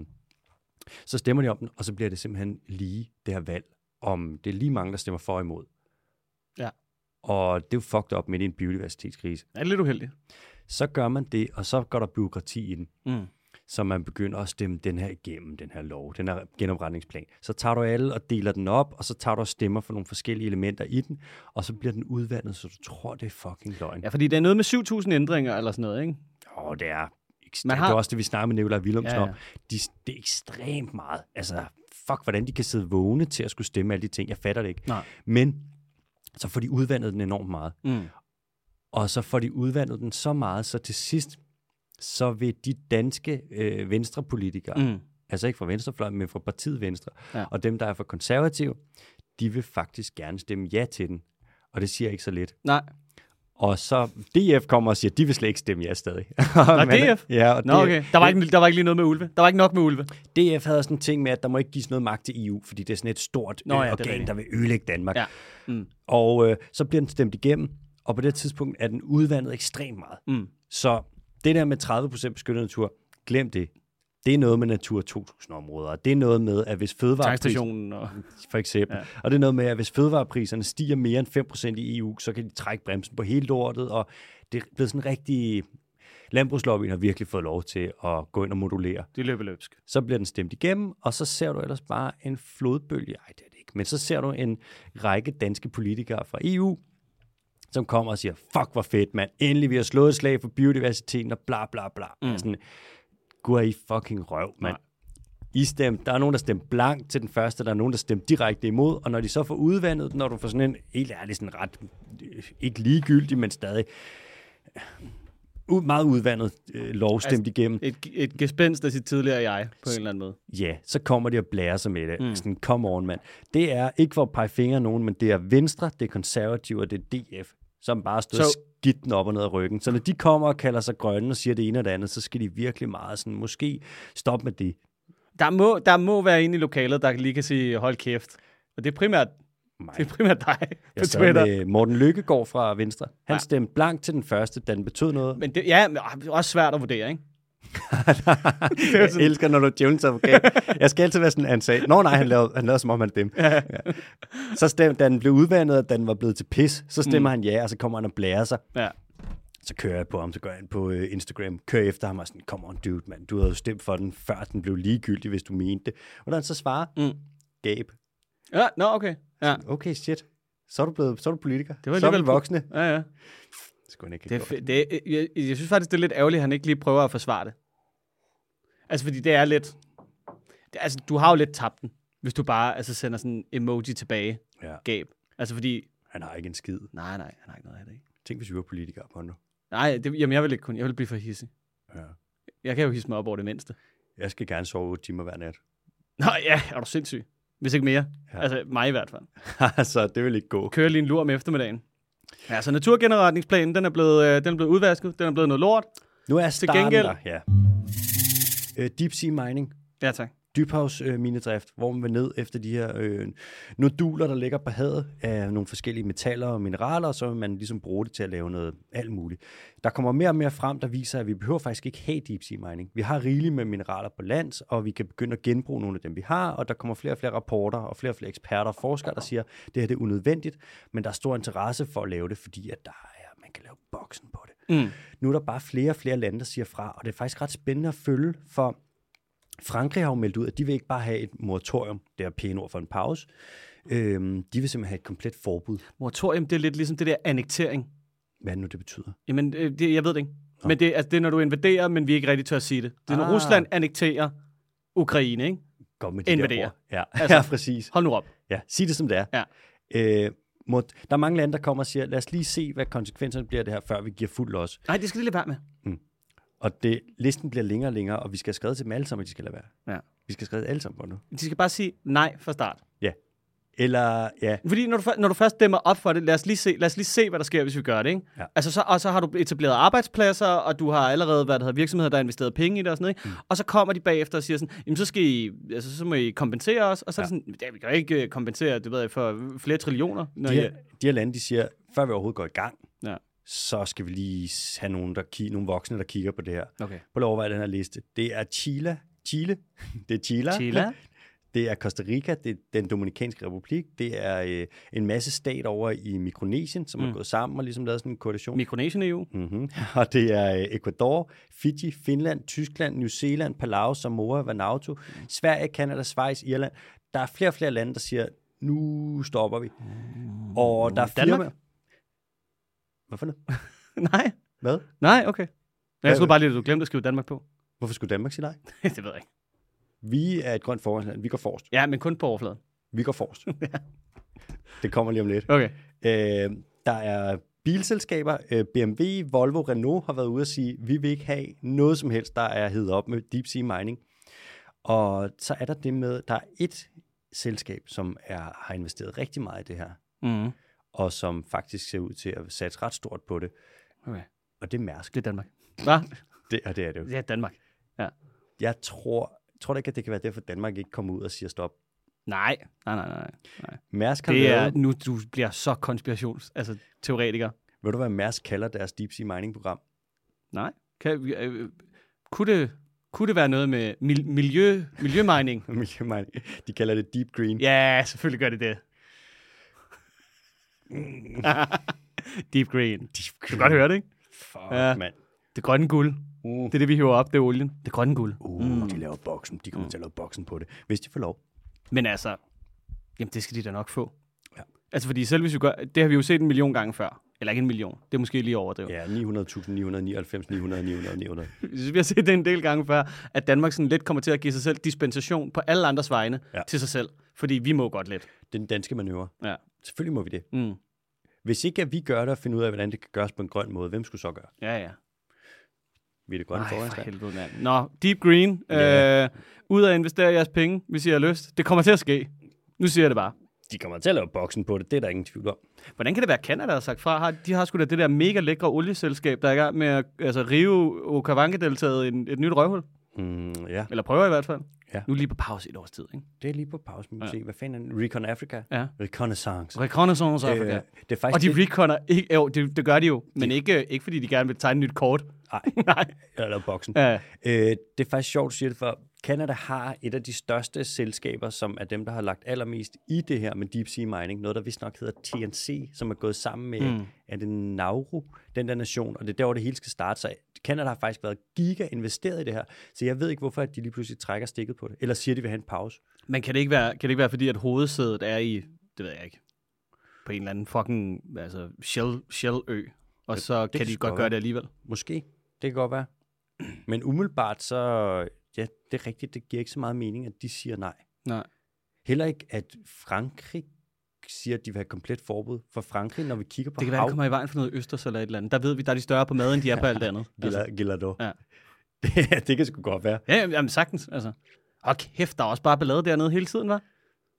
så stemmer de om den, og så bliver det simpelthen lige det her valg, om det er lige mange, der stemmer for og imod. Ja. Og det er jo fucked up midt i en biodiversitetskrise. Det er lidt uheldigt. Så gør man det, og så går der bureaukrati i den. Mm. Så man begynder at stemme den her igennem, den her lov, den her genopretningsplan. Så tager du alle og deler den op, og så tager du og stemmer for nogle forskellige elementer i den, og så bliver den udvandet, så du tror, det er fucking løgn. Ja, fordi det er noget med 7.000 ændringer eller sådan noget, ikke? Det er ekstremt. Det er også det, vi snakker med Nikolaj Villumsen om. Det er ekstremt meget. Altså, fuck, hvordan de kan sidde vågne til at skulle stemme alle de ting. Jeg fatter det ikke. Nej. Men så får de udvandet den enormt meget. Mm. Og så får de udvandet den så meget, så til sidst, så vil de danske venstrepolitikere, altså ikke fra venstrefløjen, men fra partiet Venstre, og dem, der er for konservative, de vil faktisk gerne stemme ja til den. Og det siger ikke så lidt. Nej. Og så DF kommer og siger, at de vil slet ikke stemme ja stadig. DF? Ja, og okay. Der var ikke lige noget med ulve. Der var ikke nok med ulve. DF havde sådan en ting med, at der må ikke gives noget magt til EU, fordi det er sådan et stort organ, der vil ødelægge Danmark. Ja. Mm. Og så bliver den stemt igennem, og på det tidspunkt er den udvandet ekstremt meget. Mm. Så det der med 30% beskyttet natur, glem det. Det er noget med Natur 2000-områder. Det er noget med, at hvis fødevarepriserne, for eksempel, og det er noget med, at hvis fødevarepriserne stiger mere end 5% i EU, så kan de trække bremsen på hele lortet, og det er blevet sådan rigtig... Landbrugslobbyen har virkelig fået lov til at gå ind og modulere. Det løber løbsk. Så bliver den stemt igennem, og så ser du ellers bare en flodbølge. Ej, det er det ikke. Men så ser du en række danske politikere fra EU, som kommer og siger, fuck, hvor fedt, mand. Endelig, vi har slået et slag for biodiversiteten, og bla, bla, bla. Sådan, gå i fucking røv, mand. Der er nogen, der stemte blank til den første, der er nogen, der stemte direkte imod, og når de så får udvandet, når du får sådan en, helt ærligt, sådan ret, ikke ligegyldig, men stadig meget udvandet lov stemt igennem. Et gespenst af sit tidligere jeg, på en eller anden måde. Ja, så kommer de og blærer sig med det. Sådan, come on, mand. Det er ikke for at pege fingre af nogen, men det er Venstre, det er Konservative, og det er DF, som bare stod skidt den op og ned af ryggen. Så når de kommer og kalder sig grønne og siger det ene og det andet, så skal de virkelig meget sådan, måske stoppe med det. Der må være en i lokalet, der lige kan sige, hold kæft. Og det er primært dig på Twitter. Med Morten Løkkegaard fra Venstre. Han stemte blank til den første, da den betød noget. Men det er også svært at vurdere, ikke? Jeg elsker, når du er djævelens advokat. Jeg skal altid være sådan, han sagde, han lavede som om han stemte. Ja. Så stemte, da den blev udvandet, og den var blevet til pis, så stemmer han ja, og så kommer han og blærer sig. Ja. Så kører jeg på ham, så går jeg ind på Instagram, kører efter ham og sådan, come on dude, man, du havde jo stemt for den, før den blev ligegyldig, hvis du mente det. Og han så svarer, Gabe. Ja, okay. Ja. Okay, shit. Så er du politiker. Det var så er du voksne. Ja. Jeg synes faktisk, det er lidt ærgerligt, at han ikke lige prøver at forsvare det. Altså, fordi det er lidt... Altså, du har jo lidt tabt den, hvis du bare sender sådan en emoji tilbage, Gabe. Altså, fordi... Han har ikke en skid. Nej, han har ikke noget af det, ikke? Tænk, hvis vi var politikere på nu. Nej, jeg vil ikke kun. Jeg vil blive for hissig. Ja. Jeg kan jo hisse mig op over det mindste. Jeg skal gerne sove 8 timer hver nat. Nej, ja, er du sindssyg. Hvis ikke mere. Ja. Altså, mig i hvert fald. Så det vil ikke gå. Kører lige en lur om eftermiddagen. Ja, så naturgenopretningsplanen, den er blevet udvasket. Den er blevet noget lort. Nu er starten der, ja. Deep sea mining. Ja, tak. Dybhavsminedrift, hvor man vil ned efter de her noduler, der ligger på havet af nogle forskellige metaller og mineraler, og så vil man ligesom bruge det til at lave noget alt muligt. Der kommer mere og mere frem, der viser, at vi behøver faktisk ikke have deep sea mining. Vi har rigeligt med mineraler på lands, og vi kan begynde at genbruge nogle af dem, vi har, og der kommer flere og flere rapporter og flere eksperter og forskere, der siger, at det her det er unødvendigt, men der er stor interesse for at lave det, fordi at man kan lave boksen på det. Nu er der bare flere og flere lande, der siger fra, og det er faktisk ret spændende at følge, for Frankrig har jo meldt ud, at de vil ikke bare have et moratorium, det er pæne ord for en pause, de vil simpelthen have et komplet forbud. Moratorium, det er lidt ligesom det der annektering. Hvad nu det betyder? Jamen, jeg ved det ikke. Men det er, når du invaderer, men vi er ikke rigtig tør at sige det. Det er, når Rusland annekterer Ukraine, ikke? Godt med de invaderer. Ja, præcis. Hold nu op. Ja, sig det som det er. Ja. Der er mange lande, der kommer og siger, lad os lige se, hvad konsekvenserne bliver det her, før vi giver fuld los. Nej, det skal det lade være med. Og listen bliver længere og længere, og vi skal have skrevet til dem alle sammen, at de skal lade være. Ja. Vi skal have skrevet alle sammen på nu. De skal bare sige nej fra start. Ja. Eller, ja. Fordi når du først dæmmer op for det, lad os lige se, hvad der sker, hvis vi gør det, ikke? Ja. Altså, så har du etableret arbejdspladser, og du har allerede virksomheder, der har investeret penge i det og sådan noget, ikke? Og så kommer de bagefter og siger sådan, jamen så må I kompensere os, og så er det sådan, ja, vi kan ikke kompensere, det ved jeg, for flere trillioner. De her lande, de siger, før vi overhovedet går i gang, så skal vi lige have nogle voksne, der kigger på det her. Okay. Prøv at overveje den her liste. Det er Chile. Det er Chile. Det er Costa Rica, det er den Dominikanske Republik, det er en masse stat over i Mikronesien, som er gået sammen og ligesom lavet sådan en koalition. Mikronesien EU. Mm-hmm. Og det er Ecuador, Fiji, Finland, Tyskland, New Zealand, Palau, Samoa, Vanuatu, Sverige, Canada, Schweiz, Irland. Der er flere og flere lande, der siger, nu stopper vi. Og der er Danmark? Hvad for noget? Nej. Hvad? Nej, okay. Jeg troede bare lige, at du glemte at skrive Danmark på. Hvorfor skulle Danmark sige nej? Det ved jeg ikke. Vi er et grønt foregangsland. Vi går forrest. Ja, men kun på overfladen. Vi går forrest. Det kommer lige om lidt. Okay. Der er bilselskaber. BMW, Volvo, Renault har været ude at sige, vi vil ikke have noget som helst, der er heddet op med deep sea mining. Og så er der det med, der er et selskab, som har investeret rigtig meget i det her. Mm. Og som faktisk ser ud til at satse ret stort på det. Okay. Og det er Mærsk. Det er Danmark. Hvad? Det er det jo. Det er Danmark. Ja. Jeg tror ikke, at det kan være derfor, Danmark ikke kommer ud og siger stop. Nej. Mærsk har det er, nu du bliver så teoretiker. Ved du, hvad Mærsk kalder deres deep sea mining program? Nej. Kunne det være noget med miljømining? Miljømining. De kalder det deep green. Ja, selvfølgelig gør det det. Deep green. Du kan godt høre det, ikke? Fuck, ja. Mand. Det grønne guld. Det er det, vi hiver op, det er olien. Det grønne guld. De laver boksen. De kommer til at lave boksen på det, hvis de får lov. Men altså, jamen det skal de da nok få. Ja. Altså fordi selv hvis vi gør, det har vi jo set 1 million gange før. Eller ikke 1 million. Det er måske lige over det. Ja, 900.999, 900. Vi har set det en del gange før, at Danmark sådan lidt kommer til at give sig selv dispensation på alle andres vegne til sig selv. Fordi vi må godt lidt. Det er den danske manøvre. Ja. Selvfølgelig må vi det. Hvis ikke at vi gør det og finder ud af, hvordan det kan gøres på en grøn måde, hvem skulle så gøre? Ja. Vi er det grønne foran. For helvede, mand. Nå, Deep Green. Ud at investere jeres penge, hvis I har lyst. Det kommer til at ske. Nu siger jeg det bare. De kommer til at lave boksen på det. Det er der ingen tvivl om. Hvordan kan det være, Canada har sagt fra? De har sgu da det der mega lækre olieselskab, der er i gang med at rive Okavanke-deltaget et nyt røvhul. Ja. Eller prøver i hvert fald. Ja. Nu er lige på pause et års tid, ikke? Det er lige på pause, men se, hvad fanden er det? Recon Africa? Ja. Reconnaissance Africa. Det er faktisk og de reconner ikke, jo, det gør de jo, men ikke fordi de gerne vil tegne et nyt kort. Nej. Eller boksen. Ja. Det er faktisk sjovt, at sige det, for Canada har et af de største selskaber, som er dem, der har lagt allermest i det her med deep sea mining. Noget, der vist nok hedder TNC, som er gået sammen med er det Nauru, den der nation, og det er der, hvor det hele skal starte sig. Canada har faktisk været giga investeret i det her, så jeg ved ikke, hvorfor de lige pludselig trækker stikket på det. Eller siger, de vil have en pause. Men kan det ikke være fordi, at hovedsædet er i, det ved jeg ikke, på en eller anden fucking Shell-ø, og så kan de godt gøre det alligevel? Måske. Det kan godt være. Men umiddelbart så, ja, det er rigtigt, det giver ikke så meget mening, at de siger nej. Nej. Heller ikke, at Frankrig siger, at de vil have komplet forbud for Frankrig, når vi kigger på det kan være, det kommer i vejen for noget østers eller et eller andet. Der ved vi, der er de større på mad, end de er på alt andet. Gillardo. Ja. Det kan sgu godt være. Ja, jamen sagtens. Altså. Og kæft, der er også bare ballade dernede hele tiden, hva'?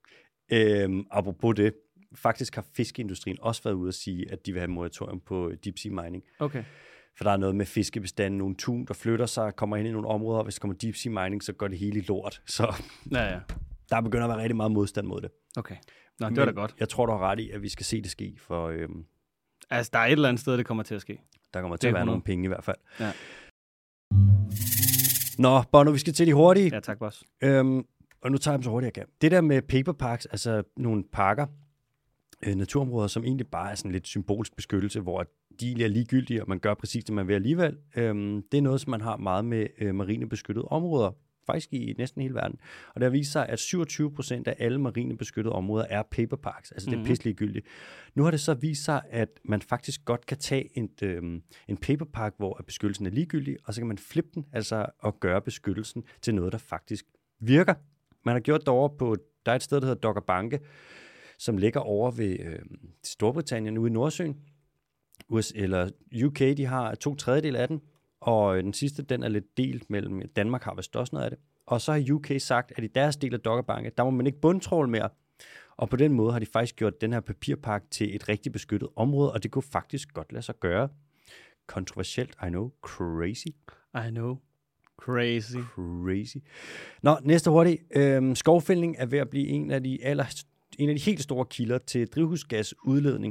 Apropos det, faktisk har fiskeindustrien også været ude at sige, at de vil have moratorium på deep sea mining. Okay. For der er noget med fiskebestanden, nogle tun, der flytter sig, kommer ind i nogle områder, og hvis der kommer deep sea mining, så går det hele i lort. Så ja. Der begynder at være rigtig meget modstand mod det. Okay. Nå, det var da godt. Jeg tror, du har ret i, at vi skal se det ske, for altså, der er et eller andet sted, det kommer til at ske. Der kommer til at være nogle penge i hvert fald. Ja. Nå, Bono, vi skal til de hurtige. Ja, tak, boss. Og nu tager jeg dem så hurtigt, jeg kan. Det der med paperparks, altså nogle parker, naturområder, som egentlig bare er sådan lidt symbolsk beskyttelse, hvor de er ligegyldige, og man gør præcis det, man vil alligevel. Det er noget, som man har meget med marine beskyttede områder, faktisk i næsten hele verden. Og der viser sig, at 27% af alle marine beskyttede områder er paperparks. Altså det er pisse ligegyldigt. Nu har det så vist sig, at man faktisk godt kan tage en paperpark, hvor beskyttelsen er ligegyldig, og så kan man flippe den, altså og gøre beskyttelsen til noget, der faktisk virker. Man har gjort det over på, der er et sted, der hedder Doggerbanke, som ligger over ved Storbritannien ude i Nordsøen. Eller UK, de har 2/3 af den, og den sidste, den er lidt delt mellem, Danmark har vist også noget af det. Og så har UK sagt, at i deres del af Doggerbanke, der må man ikke bundtråle mere. Og på den måde har de faktisk gjort den her papirpark til et rigtig beskyttet område, og det kunne faktisk godt lade sig gøre. Kontroversielt, I know, crazy. I know, crazy. Nå, næste hurtigt. Skovfældning er ved at blive en af de helt store kilder til drivhusgasudledning.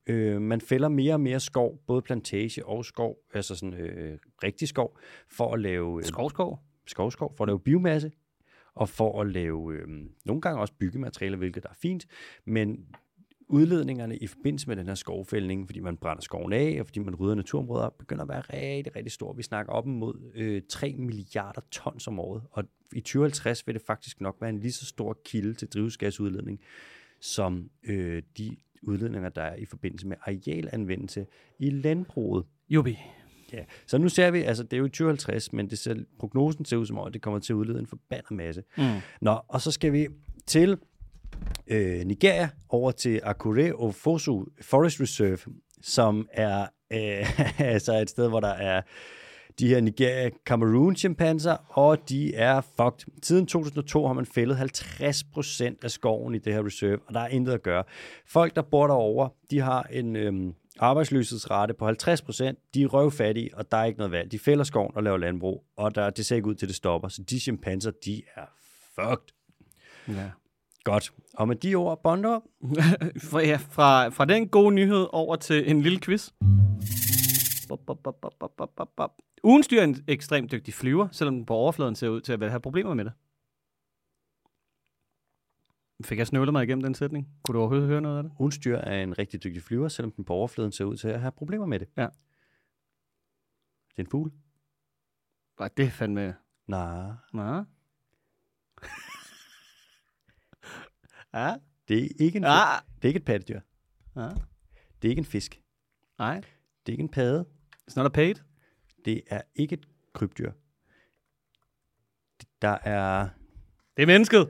Man fælder mere og mere skov, både plantage og skov, altså sådan rigtig skov, for at lave... Skovskov, for at lave biomasse, og for at lave nogle gange også byggematerialer, hvilket der er fint, men udledningerne i forbindelse med den her skovfældning, fordi man brænder skoven af, og fordi man rydder naturområder, begynder at være rigtig, rigtig store. Vi snakker op mod 3 milliarder tons om året, og i 2050 vil det faktisk nok være en lige så stor kilde til drivhusgasudledning, som de udledninger, der er i forbindelse med arealanvendelse i landbruget. Jubi. Ja, så nu ser vi, altså det er jo 2050, men prognosen ser ud som om, at det kommer til at udlede en forbandet masse. Nå, og så skal vi til Nigeria, over til Akure Ofosu Forest Reserve, som er altså et sted, hvor der er de her Nigeria-Cameroon-chimpanser, og de er fucked. Siden 2002 har man fældet 50% af skoven i det her reserve, og der er intet at gøre. Folk, der bor derovre, de har en arbejdsløshedsrate på 50%, de er røvfattige, og der er ikke noget valg. De fælder skoven og laver landbrug, og det ser ikke ud til, det stopper. Så de chimpanser, de er fucked. Ja. Godt. Og med de ord, Bondo? fra den gode nyhed over til en lille quiz. Ugens dyr er en ekstremt dygtig flyver, selvom den på overfladen ser ud til at have problemer med det. Fik jeg snøvlet mig igennem den sætning? Kunne du overhovedet høre noget af det? Ugens dyr er en rigtig dygtig flyver, selvom den på overfladen ser ud til at have problemer med det. Ja. Det er en fugl. Var det fandme... Nej. Ja. Det er ikke en fugl. Det er ikke et pattedyr. Ja. Det er ikke en fisk. Nej. Det er ikke en padde. It's not a paid. Det er ikke et krybdyr. Der er... Det er mennesket.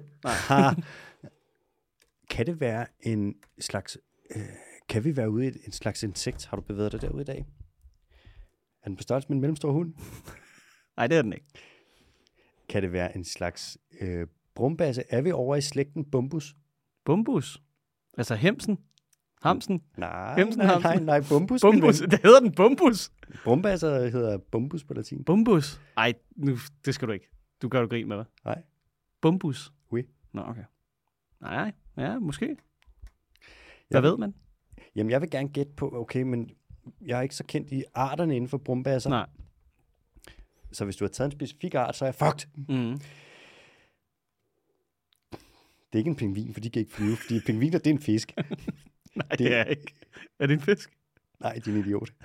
Kan det være en slags... kan vi være ude i en slags insekt? Har du bevæget dig derude i dag? Er den på størrelse med en mellemstor hund? Nej, det er den ikke. Kan det være en slags brumbasse? Er vi over i slægten Bombus? Bombus? Altså hemsen? Hamsen? Nej, hemsen, nej, Bombus. Bombus, det hedder den Bombus. Brumbasser hedder Bombus på latin. Bombus? Ej, nu, det skal du ikke. Du gør du grin med, hvad? Nej. Bombus? Oui. Nå, okay. Nej, ja, måske. Hvad ved man? Jamen, jeg vil gerne gætte på, okay, men jeg er ikke så kendt i arterne inden for brumbasser. Nej. Så hvis du har taget en specifik art, så er jeg fucked. Mm. Det er ikke en pingvin, for de kan ikke flyve, fordi pingviner, det er en fisk. Nej, det er ikke. Er det en fisk? Nej, det er en idiot.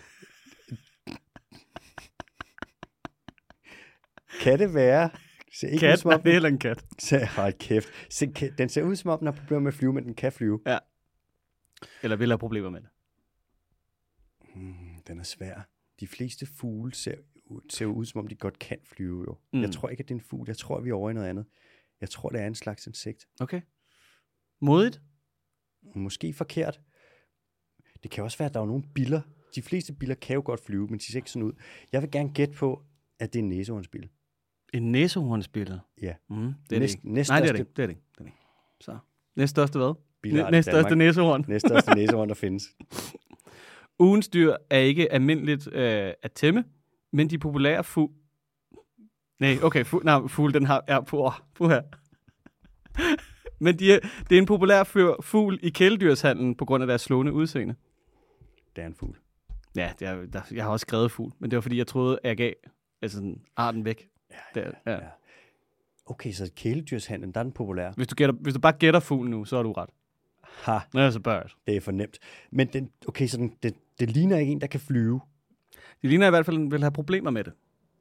Kan det være... Kat? Nej, det er heller en kat. Hold kæft. Den ser ud som om, den har problemer med at flyve, men den kan flyve. Ja. Eller vil have problemer med det. Den er svær. De fleste fugle ser ud, som om de godt kan flyve, jo. Jeg tror ikke, at det er en fugl. Jeg tror, vi er over i noget andet. Jeg tror, det er en slags insekt. Okay. Modigt? Måske forkert. Det kan også være, at der er nogle biller. De fleste biller kan jo godt flyve, men de ser ikke sådan ud. Jeg vil gerne gætte på, at det er en næsehornsbille. En næsehornsbille? Ja. Det er det ikke. Nej, det er det ikke. Så. Næststørste hvad? Næststørste næsehorn. Næststørste næsehorn, der findes. Ugens dyr er ikke almindeligt at tæmme, men de populære fugle... Nej, okay, fugle, den har... Ja, her. Men det er en populær fugl i kæledyrshandlen på grund af deres slående udseende. Det er en fugl. Ja, jeg har også skrevet fugl, men det var fordi, jeg troede, at jeg gav sådan, arten væk. Ja. Okay, så kæledyrshandlen, der er den populær. Hvis du bare gætter fuglen nu, så er du ret. Ha. Ja, så bird. Det er for nemt. Men det ligner ikke en, der kan flyve. Det ligner i hvert fald, at den vil have problemer med det.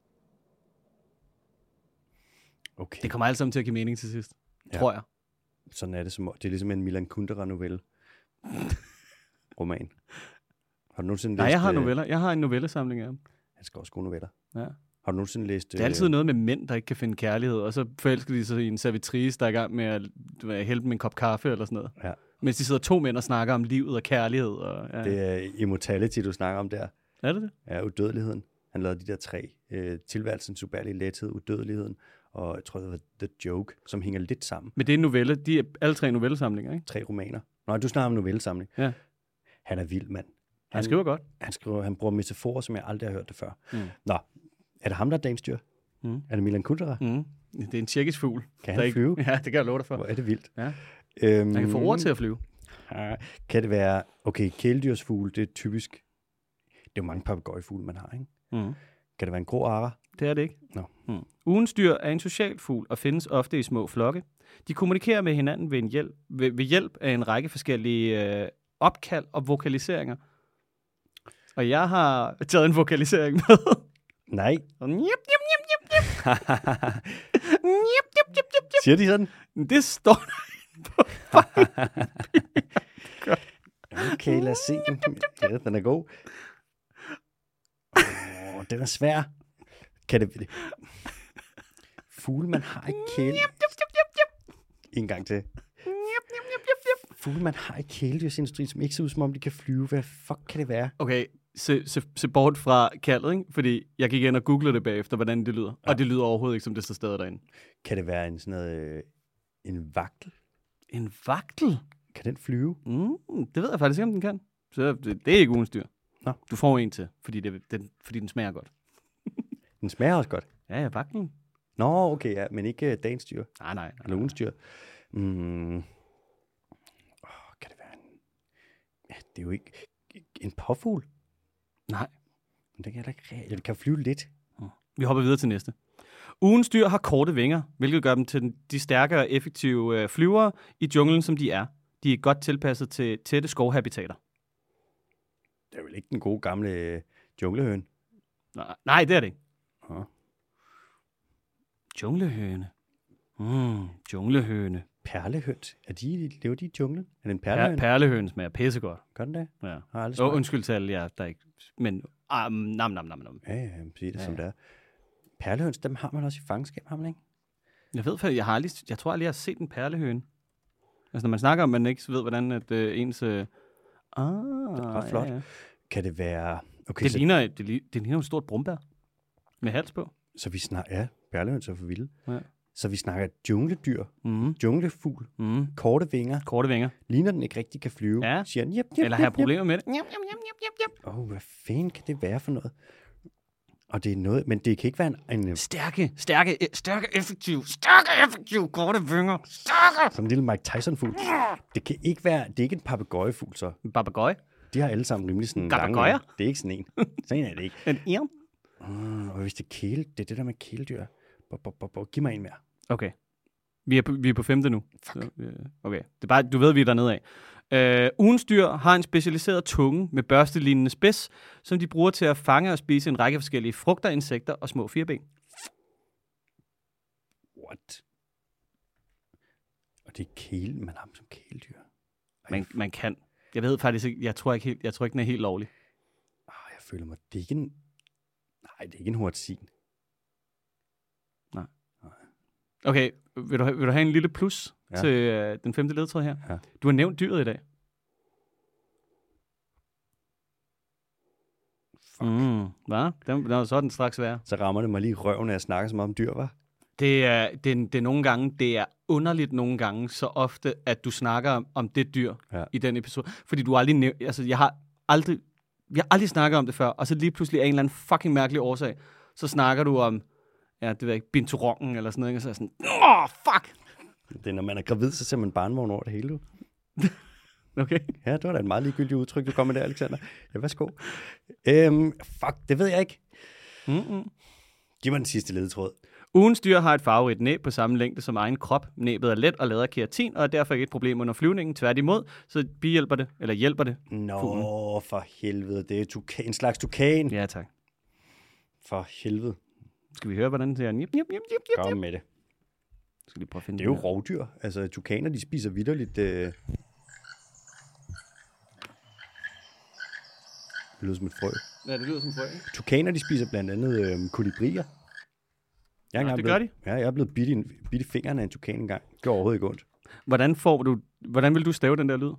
Okay. Det kommer alt sammen til at give mening til sidst, tror jeg. Sådan er det. Det er ligesom en Milan Kundera-novelle. Roman. Har du nogensinde læst... Nej, jeg har noveller. Jeg har en novellesamling af dem. Han skal også gode noveller. Ja. Har du nogensinde læst... Det er altid noget med mænd, der ikke kan finde kærlighed, og så forelsker de sig i en servitrice, der er i gang med at hjælpe med en kop kaffe eller sådan noget. Ja. Mens de sidder 2 mænd og snakker om livet og kærlighed. Og, ja. Det er immortality, du snakker om der. Er det det? Ja, udødeligheden. Han lavede de der 3. Tilværelsens ubærlige lethed, udødeligheden, og jeg tror, det var The Joke, som hænger lidt sammen. Men det er en novelle. De er alle 3 novellesamlinger, ikke? 3 romaner. Nå, du snakker om novellesamling. Ja. Han er vild, mand. Han skriver godt. Han bruger metaforer, som jeg aldrig har hørt det før. Nå, er det ham, der er dagens dyr? Er det Milan Kundera? Det er en tjekkisk fugl. Kan han flyve? Ja, det kan jeg love dig for. Hvor er det vildt. Ja. Han kan få ord til at flyve. Kan det være... Okay, kæledyrsfugle, det er typisk... Det er jo mange papegøjefugle, man har, ikke? Mm. Kan det være en grå ara? Det er det ikke. Nå. Ugens dyr er en social fugl og findes ofte i små flokke. De kommunikerer med hinanden ved hjælp af en række forskellige opkald og vokaliseringer. Og jeg har taget en vokalisering med. Nej. Njep, njep, njep, njep, njep. Njep, njep, njep, njep, njep. Siger de sådan? Det står der på Okay, lad os se den. Ja, den er god. Den er svær. Kan det... Fugle, man har ikke kæle... En gang til. Fugle, man har ikke kæledyrsindustri, som ikke ser ud, som om de kan flyve. Hvad fuck kan det være? Okay, se bort fra kaldet, ikke? Fordi jeg gik ind og googlede det bagefter, hvordan det lyder. Ja. Og det lyder overhovedet ikke, som det står stadig derinde. Kan det være en sådan noget... en vagtel? En vagtel? Kan den flyve? Det ved jeg faktisk ikke, om den kan. Så det er ikke ugens dyr. Nå. Du får en til, fordi den smager godt. Den smager også godt. Ja, vagtlen. Nå, okay, ja, men ikke dagens dyr. Nej. Eller ugens dyr. Kan det være en... Ja, det er jo ikke... En påfugl? Nej. Men det kan heller ikke... Det kan flyve lidt. Vi hopper videre til næste. Ugens dyr har korte vinger, hvilket gør dem til de stærkere og effektive flyvere i junglen, som de er. De er godt tilpasset til tætte skovhabitater. Det er vel ikke den gode gamle junglehøne? Nej, det er det ikke. Ja. Junglehøne. Junglehøne. Perlehøns. Lever de i junglen? Er det en perlehøne? Perlehøne smager pissegodt. Gør den det? Ja. Undskyld til alle jer, der ikke... Men nam. Ja, sig det som det er. Perlehøns, dem har man også i fangenskab, har man ikke? Jeg ved faktisk, jeg tror aldrig, jeg har set en perlehøne. Altså, når man snakker om, man ikke ved, hvordan at, ens... det er ret flot. Ja. Kan det være... Okay, det ligner et stort brumbær med hals på. Så vi snakker... Ja, perlehøns er for vilde. Ja. Så vi snakker jungledyr, junglefugl, korte vinger. Ligner den ikke rigtig kan flyve. Ja. Siger den, jep, eller har problemer med det. Hvad fanden kan det være for noget? Og det er noget, men det kan ikke være en stærke, effektive korte vinger. Sådan en lille Mike Tyson-fugl. Det kan ikke være, det er ikke en papegøjefugl så. En papegøje? De har alle sammen rimelig sådan lange. Det er ikke sådan en. Sådan er det ikke. En ærm? Og hvis det er det der med kæledyr. Giv mig en mere. Okay. Vi er på 5. nu. Fuck. Så, okay. Det er bare, du ved, vi er dernede af. Ugens dyr har en specialiseret tunge med børstelignende spids, som de bruger til at fange og spise en række forskellige frugter, insekter og små firben. What? Og det er man har dem som kæledyr. Man kan. Jeg ved faktisk ikke, jeg tror ikke, den er helt lovlig. Jeg føler mig, det er ikke en... Nej, det er ikke en hurtsin. Nej. Okay, vil du have en lille plus til den 5. ledtråd her? Ja. Du har nævnt dyret i dag. Hvad? Så er den straks værre. Så rammer det mig lige i røven, når jeg snakker så meget om dyr, hva'? Det er nogle gange, det er underligt nogle gange, så ofte, at du snakker om det dyr i den episode. Fordi du aldrig nævnt, altså vi har aldrig snakket om det før, og så lige pludselig af en eller anden fucking mærkelig årsag, så snakker du om, det ved jeg ikke, binturongen eller sådan noget, og så er sådan, fuck! Det er, når man er gravid, så ser man barnvogn over det hele, du. Okay. Ja, det var da et meget ligegyldigt udtryk, du kom med der, Alexander. Ja, værsgo. Fuck, det ved jeg ikke. Giv mig den sidste ledetråd. Ugens dyr har et farverigt næb på samme længde som egen krop. Næbet er let og lavet af keratin, og er derfor ikke et problem under flyvningen. Tværtimod, så hjælper det. Nå, for helvede. Det er en slags tukan. Ja, tak. For helvede. Skal vi høre, hvordan det er? Njip. Kom med det. Skal lige prøve at finde det er jo rovdyr. Altså, tukaner, de spiser vitterligt... Det lyder som et frø. Ja, det lyder som et frø. Tukaner, de spiser blandt andet kolibrier. Det gør de? Ja, jeg er blevet bidt i fingrene af en tukan engang. Det gør overhovedet ikke ondt. Hvordan vil du stave den der lyd?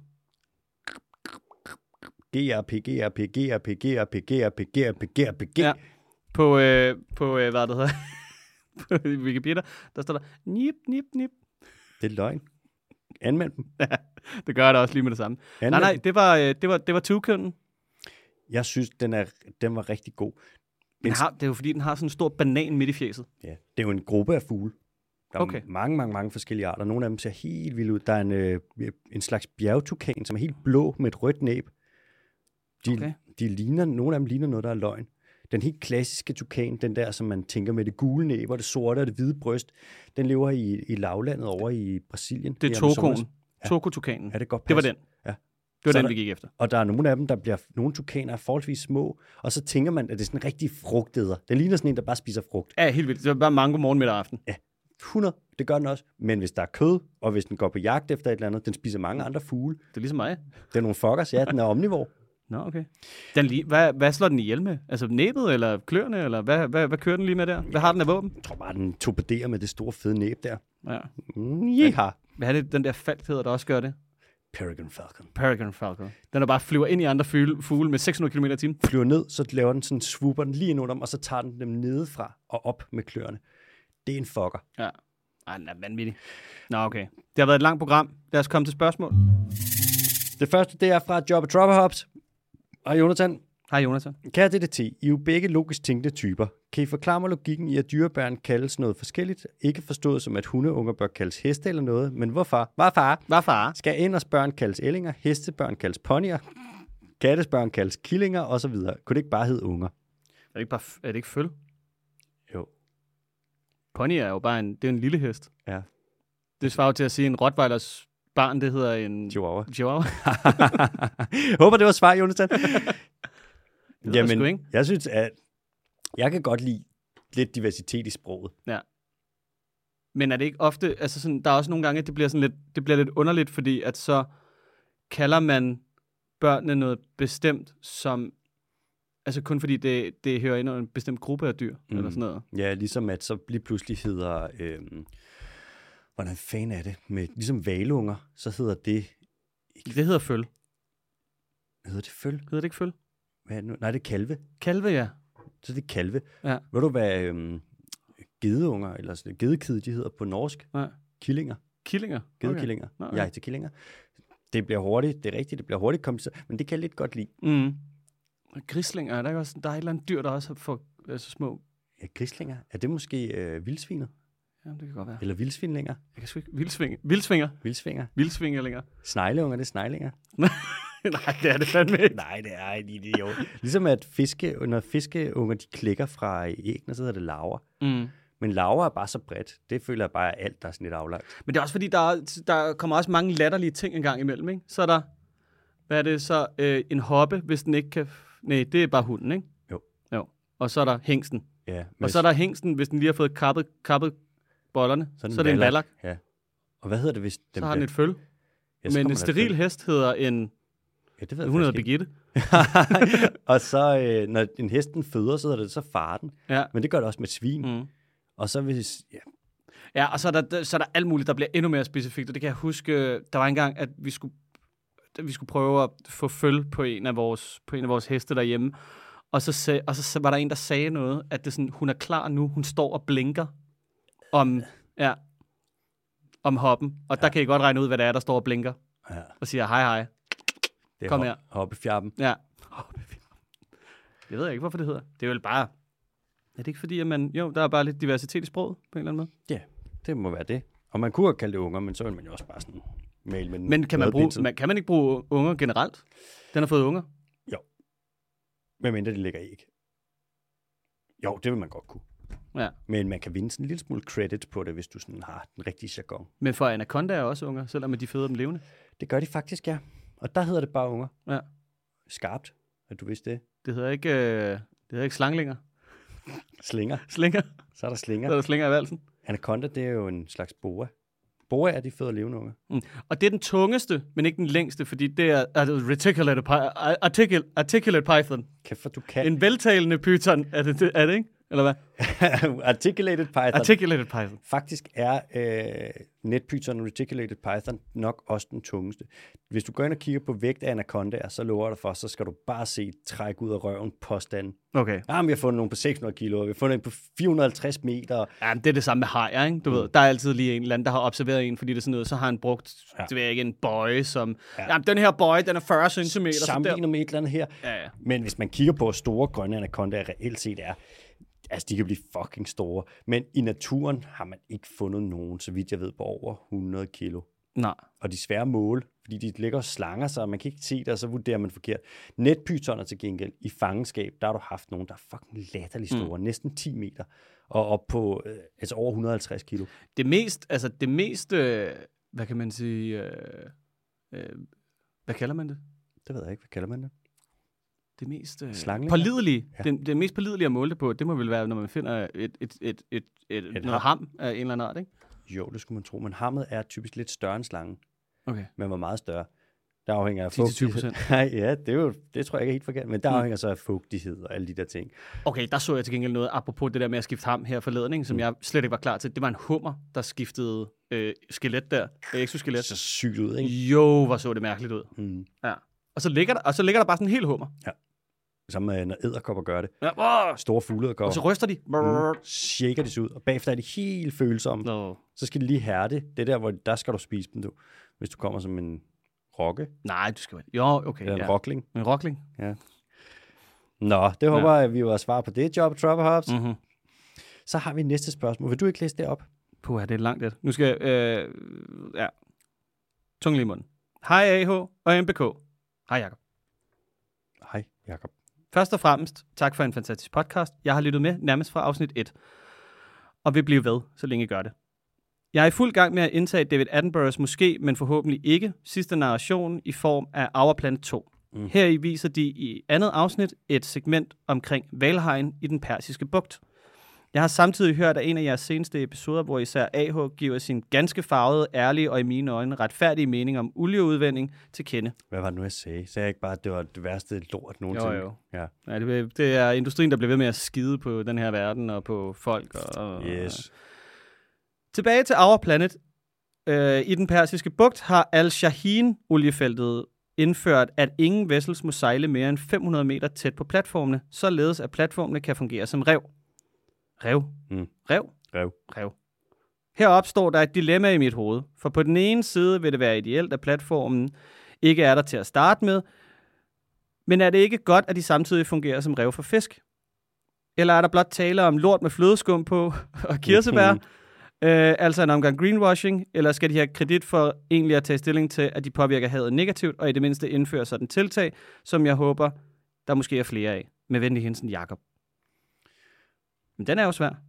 GRP. Ja. På hvad det hedder? På Wikipedia, der står der nip. Det er løgn. Anmeld dem. Ja, det gør det også lige med det samme. Nej, det var toucanen. Jeg synes, den var rigtig god. Det er jo fordi, den har sådan en stor banan midt i fjeset. Ja, det er jo en gruppe af fugle. Der er mange forskellige arter. Nogle af dem ser helt vildt ud. Der er en slags bjergtukan, som er helt blå med et rødt næb. Nogle af dem ligner noget, der er løgn. Den helt klassiske tukan, den der, som man tænker med det gule næb og det sorte og det hvide bryst, den lever i lavlandet over i Brasilien. Det er tokoen. Tokotukanen. Ja, det godt passe. Det var den. Ja. Det var den, vi gik efter. Og der er nogle af dem, nogle tukaner er forholdsvis små, og så tænker man, at det er sådan en rigtig frugtæder. Den ligner sådan en, der bare spiser frugt. Ja, helt vildt. Det er bare mango morgen, middag og aften. Ja, 100. Det gør den også. Men hvis der er kød, og hvis den går på jagt efter et eller andet, den spiser mange andre fugle. Det er ligesom mig. Det er nogle fuckers, ja, den er omnivore. Nå, okay. Hvad slår den ihjel med? Altså næbet, eller kløerne, eller hvad kører den lige med der? Hvad har den af våben? Jeg tror bare, den torpederer med det store fede næb der. Ja. Ja. Hvad er det, den der falk hedder, der også gør det? Peregrine Falcon. Den der bare flyver ind i andre fugle med 600 km/t. Flyver ned, så laver den sådan, swooper den lige ind under dem, og så tager den dem nedefra og op med kløerne. Det er en fucker. Ja. Ej, den er vanvittig. Nå, okay. Det har været et langt program. Lad os komme til spørgsmål. Det første, det er fra Job Dropperhops. Og Jonathan. Hej Jonathan. Kære DDT, I er jo begge logisk tænkte typer. Kan I forklare mig logikken i, at dyrebørn kaldes noget forskelligt? Ikke forstået som, at hundeunger bør kaldes heste eller noget, men hvorfor? Hvorfor? Skal ænders børn kaldes ællinger, hestebørn kaldes ponyer, kattesbørn kaldes killinger osv.? Kunne det ikke bare hedde unger? Er det ikke føl? Jo. Pony er jo bare det er en lille hest. Ja. Det svarer til at sige, en rottweilers barn, det hedder en Chihuahua. Håber, det var svar, Jonathan. Jamen, jeg synes, at jeg kan godt lide lidt diversitet i sproget. Ja. Men er det ikke ofte, altså sådan, der er også nogle gange, at det bliver lidt underligt, fordi at så kalder man børnene noget bestemt, som, altså kun fordi det hører ind under en bestemt gruppe af dyr, eller sådan noget. Ja, ligesom at så lige pludselig hedder, hvordan fanden er det, ligesom valunger, så hedder det... Det hedder føl. Hedder det føl? Hedder det ikke føl? Hvad nu? Nej, det er kalve. Kalve, ja. Så det er kalve. Ja. Ved du, hvad gedeunger, eller gedekid, de hedder på norsk? Ja. Killinger. Killinger? Gedekillinger. Okay. Jeg til killinger. Det bliver hurtigt, det er rigtigt, det bliver hurtigt kompliceret, men det kan jeg lidt godt lide. Og grislinger, er der et eller andet dyr, der også får så små? Ja, grislinger. Er det måske vildsvinet? Ja, det kan godt være. Eller vildsvinlinger? Jeg kan sgu ikke. Vildsvinger. Vildsvingerlinger. Snegleunger, det er sneglinger. Nej, det er det fandme ikke. Nej, det er en idiot. Ligesom at når fiskeunger, de klikker fra æggene, så hedder det larver. Men larver er bare så bredt. Det føler jeg bare alt, der er sådan lidt aflagt. Men det er også fordi, der kommer også mange latterlige ting en gang imellem, ikke? Så er der, hvad er det så, en hoppe, hvis den ikke kan... Nej, det er bare hunden, ikke? Jo. Og så er der hængsten. Ja. Og så er der hængsten, hvis den lige har fået kappet bollerne. Så er det en vallak. Ja. Og hvad hedder det, hvis... Så har den et føl. Ja, men en steril hest hedder en... Ja, det ved jeg. Hun hedder Birgitte. Og så, når en hesten føder, så hedder det så farten. Ja. Men det gør det også med svin. Og så hvis... Ja. Ja, og så er der alt muligt, der bliver endnu mere specifikt. Og det kan jeg huske, der var engang, at vi skulle prøve at få føl på en af vores heste derhjemme. Og så var der en, der sagde noget, at det sådan, hun er klar nu, hun står og blinker om hoppen. Og der kan I godt regne ud, hvad det er, der står og blinker. Ja. Og siger hej. Det er kom her. Hoppefjappen. Ja. Jeg ved ikke, hvorfor det hedder. Det er vel bare... Er det ikke fordi, at der er bare lidt diversitet i sproget, på en eller anden måde? Ja, det må være det. Og man kunne have kaldt det unger, men så vil man jo også bare sådan male med. Men kan man ikke bruge unger generelt? Den har fået unger? Jo. Medmindre de lægger æg. Jo, det vil man godt kunne. Ja. Men man kan vinde sådan en lille smule credit på det, hvis du sådan har den rigtige jargon. Men for anaconda er også unger, selvom de føder dem levende? Det gør de faktisk, ja. Og der hedder det bare unger. Ja. Skarpt, at du vidste det. Det hedder ikke slanglinger. Slinger. Så er der slinger. Så er der slinger i valsen. Anaconda, det er jo en slags boa. Boa er de føder levende unger. Og det er den tungeste, men ikke den længste, fordi det er articulate python. Kæft, du kan. En veltalende python, er det ikke? Eller hvad? Articulated python. Faktisk er netpython og reticulated python nok også den tungeste. Hvis du går ind og kigger på vægt af anacondaer, så lover jeg dig for, så skal du bare se træk ud af røven påstanden. Okay. Vi har fundet nogle på 600 kilo, vi har fundet en på 450 meter. Ja, det er det samme med hajer, ikke? Du ved, der er altid lige en eller anden, der har observeret en, fordi det er sådan noget, så har han brugt, det ved jeg ikke, en bøje, som... Ja, den her bøje, den er 40 cm. Sammenligner med et eller andet her. Ja. Men hvis man kigger på, hvor store grønne anacondaer reelt set er, Altså, de kan blive fucking store. Men i naturen har man ikke fundet nogen, så vidt jeg ved, på over 100 kilo. Nej. Og de er svære at måle, fordi de ligger og slanger sig, og man kan ikke se det, og så vurderer man forkert. Netpytoner til gengæld, i fangenskab, der har du haft nogen, der er fucking latterligt store, næsten 10 meter, og op på altså over 150 kilo. Det mest, hvad kan man sige, hvad kalder man det? Det ved jeg ikke, hvad kalder man det? Det mest pålidelige. Ja. Det mest pålidelige at måle det på, det må vel være, når man finder noget ham af en eller anden art, ikke? Jo, det skulle man tro, men hammet er typisk lidt større end slangen. Okay. Men var meget større. Der afhænger af 10-20%. Nej, ja, det tror jeg ikke er helt forkert, men der afhænger så af fugtighed og alle de der ting. Okay, der så jeg til gengæld noget, apropos det der med at skifte ham her forleden, ikke, som jeg slet ikke var klar til. Det var en hummer, der skiftede skelet der, exoskelet. Så sygt ud, ikke? Jo, hvor så det mærkeligt ud. Mm. Ja. Og så ligger der bare sådan en hel hummer. Ja. Som når edderkopper gør det. Ja. Store fugle og så ryster de. Shaker de sig ud, og bagefter er de helt følsomme. No. Så skal de lige hærde. Det der, hvor der skal du spise dem, du. Hvis du kommer som en rocke. Nej, du skal vel. Jo, okay. Eller en rockling. En rockling. Ja. Nå, det håber jeg, vi var svar på det job, Trevor Hobbs. Mm-hmm. Så har vi næste spørgsmål. Vil du ikke læse det op? Puh, det er langt det. Nu skal jeg... Tungen lige i munden. Hej AH og MBK. Hej Jakob. Hej Jakob. Først og fremmest, tak for en fantastisk podcast. Jeg har lyttet med nærmest fra afsnit 1. Og vil blive ved, så længe I gør det. Jeg er i fuld gang med at indtage David Attenboroughs måske, men forhåbentlig ikke, sidste narration i form af Our Planet 2. Her i viser de i andet afsnit et segment omkring hvalhajen i den persiske bugt. Jeg har samtidig hørt af en af jeres seneste episoder, hvor især AH giver sin ganske farvede, ærlige og i mine øjne retfærdige mening om olieudvinding til kende. Hvad var det nu, jeg sagde? Sagde jeg ikke bare, at det var det værste lort nogensinde? Jo. Ja. Ja, det er industrien, der bliver ved med at skide på den her verden og på folk. Yes. Tilbage til Our Planet. I den persiske bugt har Al-Shahin-oliefeltet indført, at ingen vessels må sejle mere end 500 meter tæt på platformene, således at platformene kan fungere som rev. Rev. Her opstår der et dilemma i mit hoved, for på den ene side vil det være ideelt, at platformen ikke er der til at starte med, men er det ikke godt, at de samtidig fungerer som rev for fisk? Eller er der blot tale om lort med flødeskum på og kirsebær, altså en omgang greenwashing, eller skal de have kredit for egentlig at tage stilling til, at de påvirker havet negativt, og i det mindste indføre sådan tiltag, som jeg håber, der måske er flere af. Med venlig hilsen, Jakob. Men den er jo svær.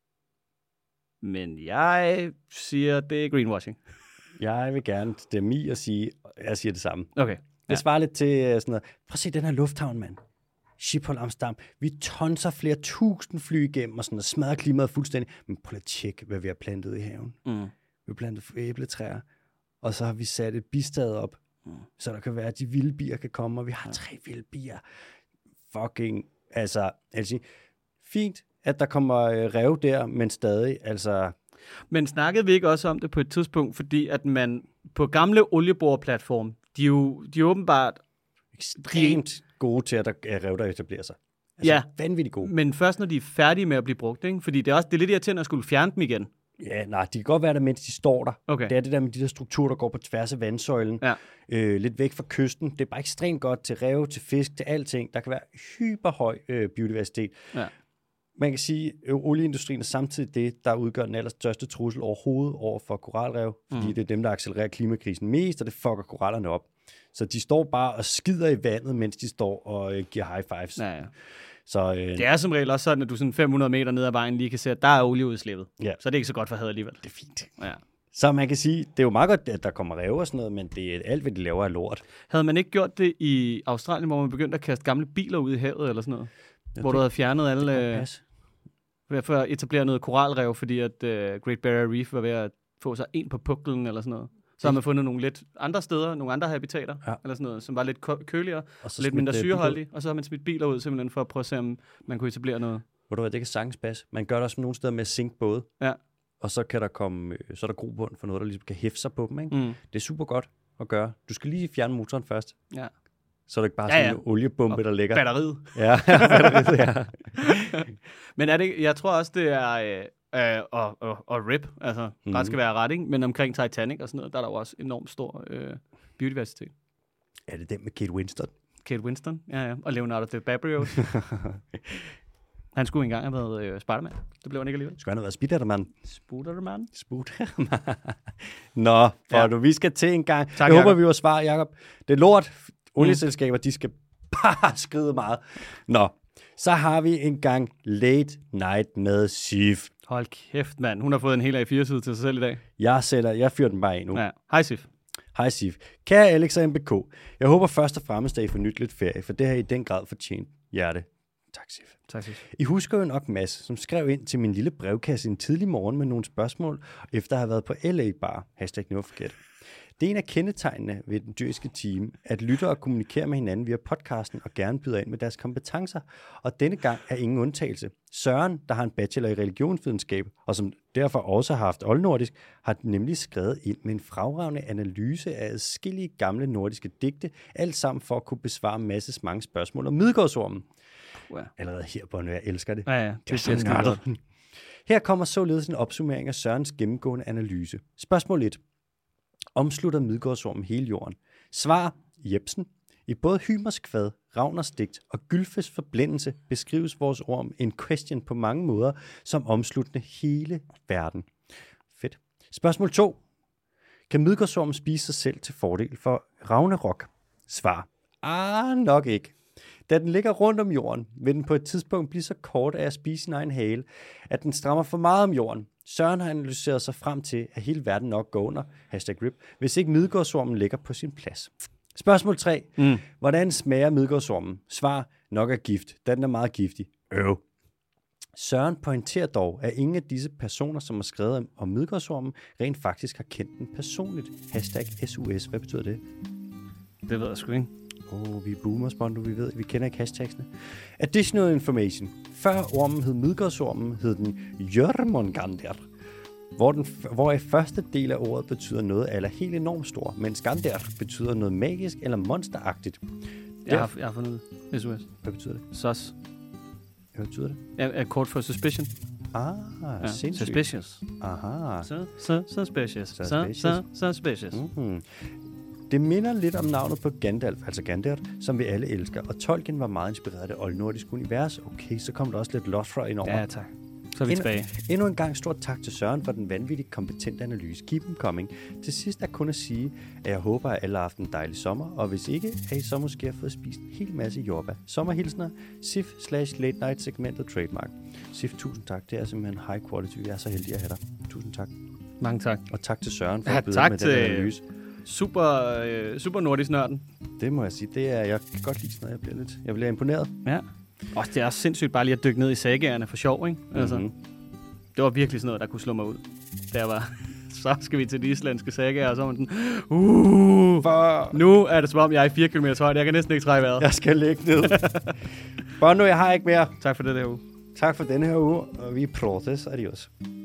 Men jeg siger, det er greenwashing. Jeg vil gerne stemme i og sige, jeg siger det samme. Okay. Det svarer lidt til sådan noget. Prøv at se den her lufthavn, mand. Schiphol, Amsterdam. Vi tonser flere tusind fly igennem og sådan og smadrer klimaet fuldstændig. Men prøv at tjekke, hvad vi har plantet i haven. Vi har plantet æbletræer, og så har vi sat et bistad op, så der kan være, at de vilde bier kan komme, og vi har 3 vilde bier. Fucking, altså fint, at der kommer rev der, men stadig, altså... Men snakkede vi ikke også om det på et tidspunkt, fordi at man på gamle olieboreplatforme, de er åbenbart... ekstremt gode til, at der er rev, der etablerer sig. Altså, ja, vanvittigt gode. Men først, når de er færdige med at blive brugt, ikke? Fordi det er lidt irriterende at skulle fjerne dem igen. Ja, nej, de kan godt være der, mens de står der. Okay. Det er det der med de der strukturer, der går på tværs af vandsøjlen. Ja. Lidt væk fra kysten. Det er bare ekstremt godt til rev, til fisk, til alting. Der kan være hyperhøj biodiversitet. Ja. Man kan sige, at olieindustrien er samtidig det, der udgør den allerstørste trussel overhovedet over for koralrev, fordi det er dem, der accelererer klimakrisen mest, og det fucker korallerne op. Så de står bare og skider i vandet, mens de står og giver high fives. Ja. Så, det er som regel også sådan, at du sådan 500 meter ned ad vejen lige kan se, at der er olieudslippet. Ja. Så det er ikke så godt for havet alligevel. Det er fint. Ja. Så man kan sige, det er jo meget godt, at der kommer rev og sådan noget, men det er alt, hvad de laver, er lort. Havde man ikke gjort det i Australien, hvor man begyndte at kaste gamle biler ud i havet eller sådan noget? Hvor du havde fjernet alle... for at etablere noget koralrev, fordi at Great Barrier Reef var ved at få sig ind på puklen eller sådan noget. Så har man fundet nogle lidt andre steder, nogle andre habitater, eller sådan noget, som var lidt køligere, og lidt mindre syreholdige, og så har man smidt biler ud simpelthen for at prøve at se, om man kunne etablere noget. Ved du hvad, det kan sagtens passe. Man gør det også nogle steder med at sænke både, og så kan der komme, så er der grobund for noget, der ligesom kan hæfte sig på dem, ikke? Det er super godt at gøre. Du skal lige fjerne motoren først. Ja. Så er det ikke bare sådan en oliebombe, der ligger. Batteriet. Ja, batteriet, ja. Men er det, jeg tror også, det er og RIP, altså ret skal være ret, ikke? Men omkring Titanic og sådan noget, der er der jo også enormt stor biodiversitet. Er det den med Kate Winston? Kate Winston, ja, og Leonardo DiCaprio. Han skulle engang have været Spider-Man. Det blev han ikke alligevel. Skulle han have været Spider-Man? Spider-Man. Nå, vi skal til en gang. Tak, jeg Jacob. håber, vi var svar, Jacob. Det er lort. Olieselskaber, de skal bare skride meget. Nå, så har vi en gang Late Night med Sif. Hold kæft, mand. Hun har fået en hel A4-side til sig selv i dag. Jeg fyrer den bare ind nu. Ja. Hej, Sif. Hej Sif. Kære Alex og MBK, jeg håber først og fremmest, at I får nyt lidt ferie, for det har I den grad fortjent. Hjerte. Tak, Sif. Tak, Sif. I husker jo nok Mads, som skrev ind til min lille brevkasse en tidlig morgen med nogle spørgsmål, efter at have været på LA Bar, #NoForget. Det er en af kendetegnene ved den dyriske team, at lyttere kommunikerer med hinanden via podcasten og gerne byder ind med deres kompetencer. Og denne gang er ingen undtagelse. Søren, der har en bachelor i religionsvidenskab, og som derfor også har haft oldnordisk, har nemlig skrevet ind med en fremragende analyse af adskillige gamle nordiske digte, alt sammen for at kunne besvare masses mange spørgsmål om Midgårdsormen. Wow. Allerede her på jeg elsker det. Ja. Det er så nørdet. Her kommer således en opsummering af Sørens gennemgående analyse. Spørgsmål 1. Omslutter Midgårdsormen hele jorden? Svar: Jebsen. I både Hymers kvad, Ragners digt og Gylfes forblændelse beskrives vores orm in question på mange måder som omsluttende hele verden. Fedt. Spørgsmål 2. Kan Midgårdsormen spise sig selv til fordel for Ragnarok? Svar: nok ikke. Da den ligger rundt om jorden, vil den på et tidspunkt blive så kort af at spise sin egen hale, at den strammer for meget om jorden. Søren har analyseret sig frem til, at hele verden nok går under, #RIP, hvis ikke Midgårdsormen ligger på sin plads. Spørgsmål 3. Hvordan smager Midgårdsormen? Svar: nok er gift, da den er meget giftig. Søren pointerer dog, at ingen af disse personer, som har skrevet om Midgårdsormen, rent faktisk har kendt den personligt. #SUS. Hvad betyder det? Det ved jeg sgu ikke. Vi er boomers, Bondo, vi kender ikke hashtagsene. Additional information. Før ormen hed Midgårdsormen, hed den Jørmungander, hvor første del af ordet betyder noget eller helt enormt stor, mens Gander betyder noget magisk eller monsteragtigt. Jeg har fundet SUS. Hvad betyder det? SUS. Hvad betyder det? Er kort for suspicion. Sindssygt. Suspicious. Aha. Suspicious. Suspicious. Mm-hmm. Det minder lidt om navnet på Gandalf, altså Gandalf, som vi alle elsker, og Tolkien var meget inspireret af det oldnordiske univers. Okay, så kom der også lidt Lothra ind over. Ja, tak. Så er vi tilbage. Endnu en gang stort tak til Søren for den vanvittigt kompetente analyse. Keep them coming. Til sidst er kun at sige, at jeg håber, at alle har haft en dejlig sommer, og hvis ikke, at I så måske har fået spist en hel masse jordbær. Sommerhilsner, Sif/Late Night segmentet trademark. Sif, tusind tak. Det er simpelthen high quality. Jeg er så heldig at have dig. Tusind tak. Mange tak. Og tak til Søren for at byde med den analyse. Super nordisk nørden. Det må jeg sige. Jeg kan godt lide sådan noget. Jeg bliver imponeret. Ja. Og det er også sindssygt bare lige at dykke ned i sagaerne for sjov, ikke? Altså, det var virkelig sådan noget, der kunne slå mig ud. Der var, så skal vi til de islandske sagaer, og så var man sådan, nu er det som om, jeg er i 4 km højde. Jeg kan næsten ikke trække vejret. Jeg skal ligge ned. Bono, jeg har ikke mere. Tak for det der uge. Tak for denne her uge, og vi protes. Adios.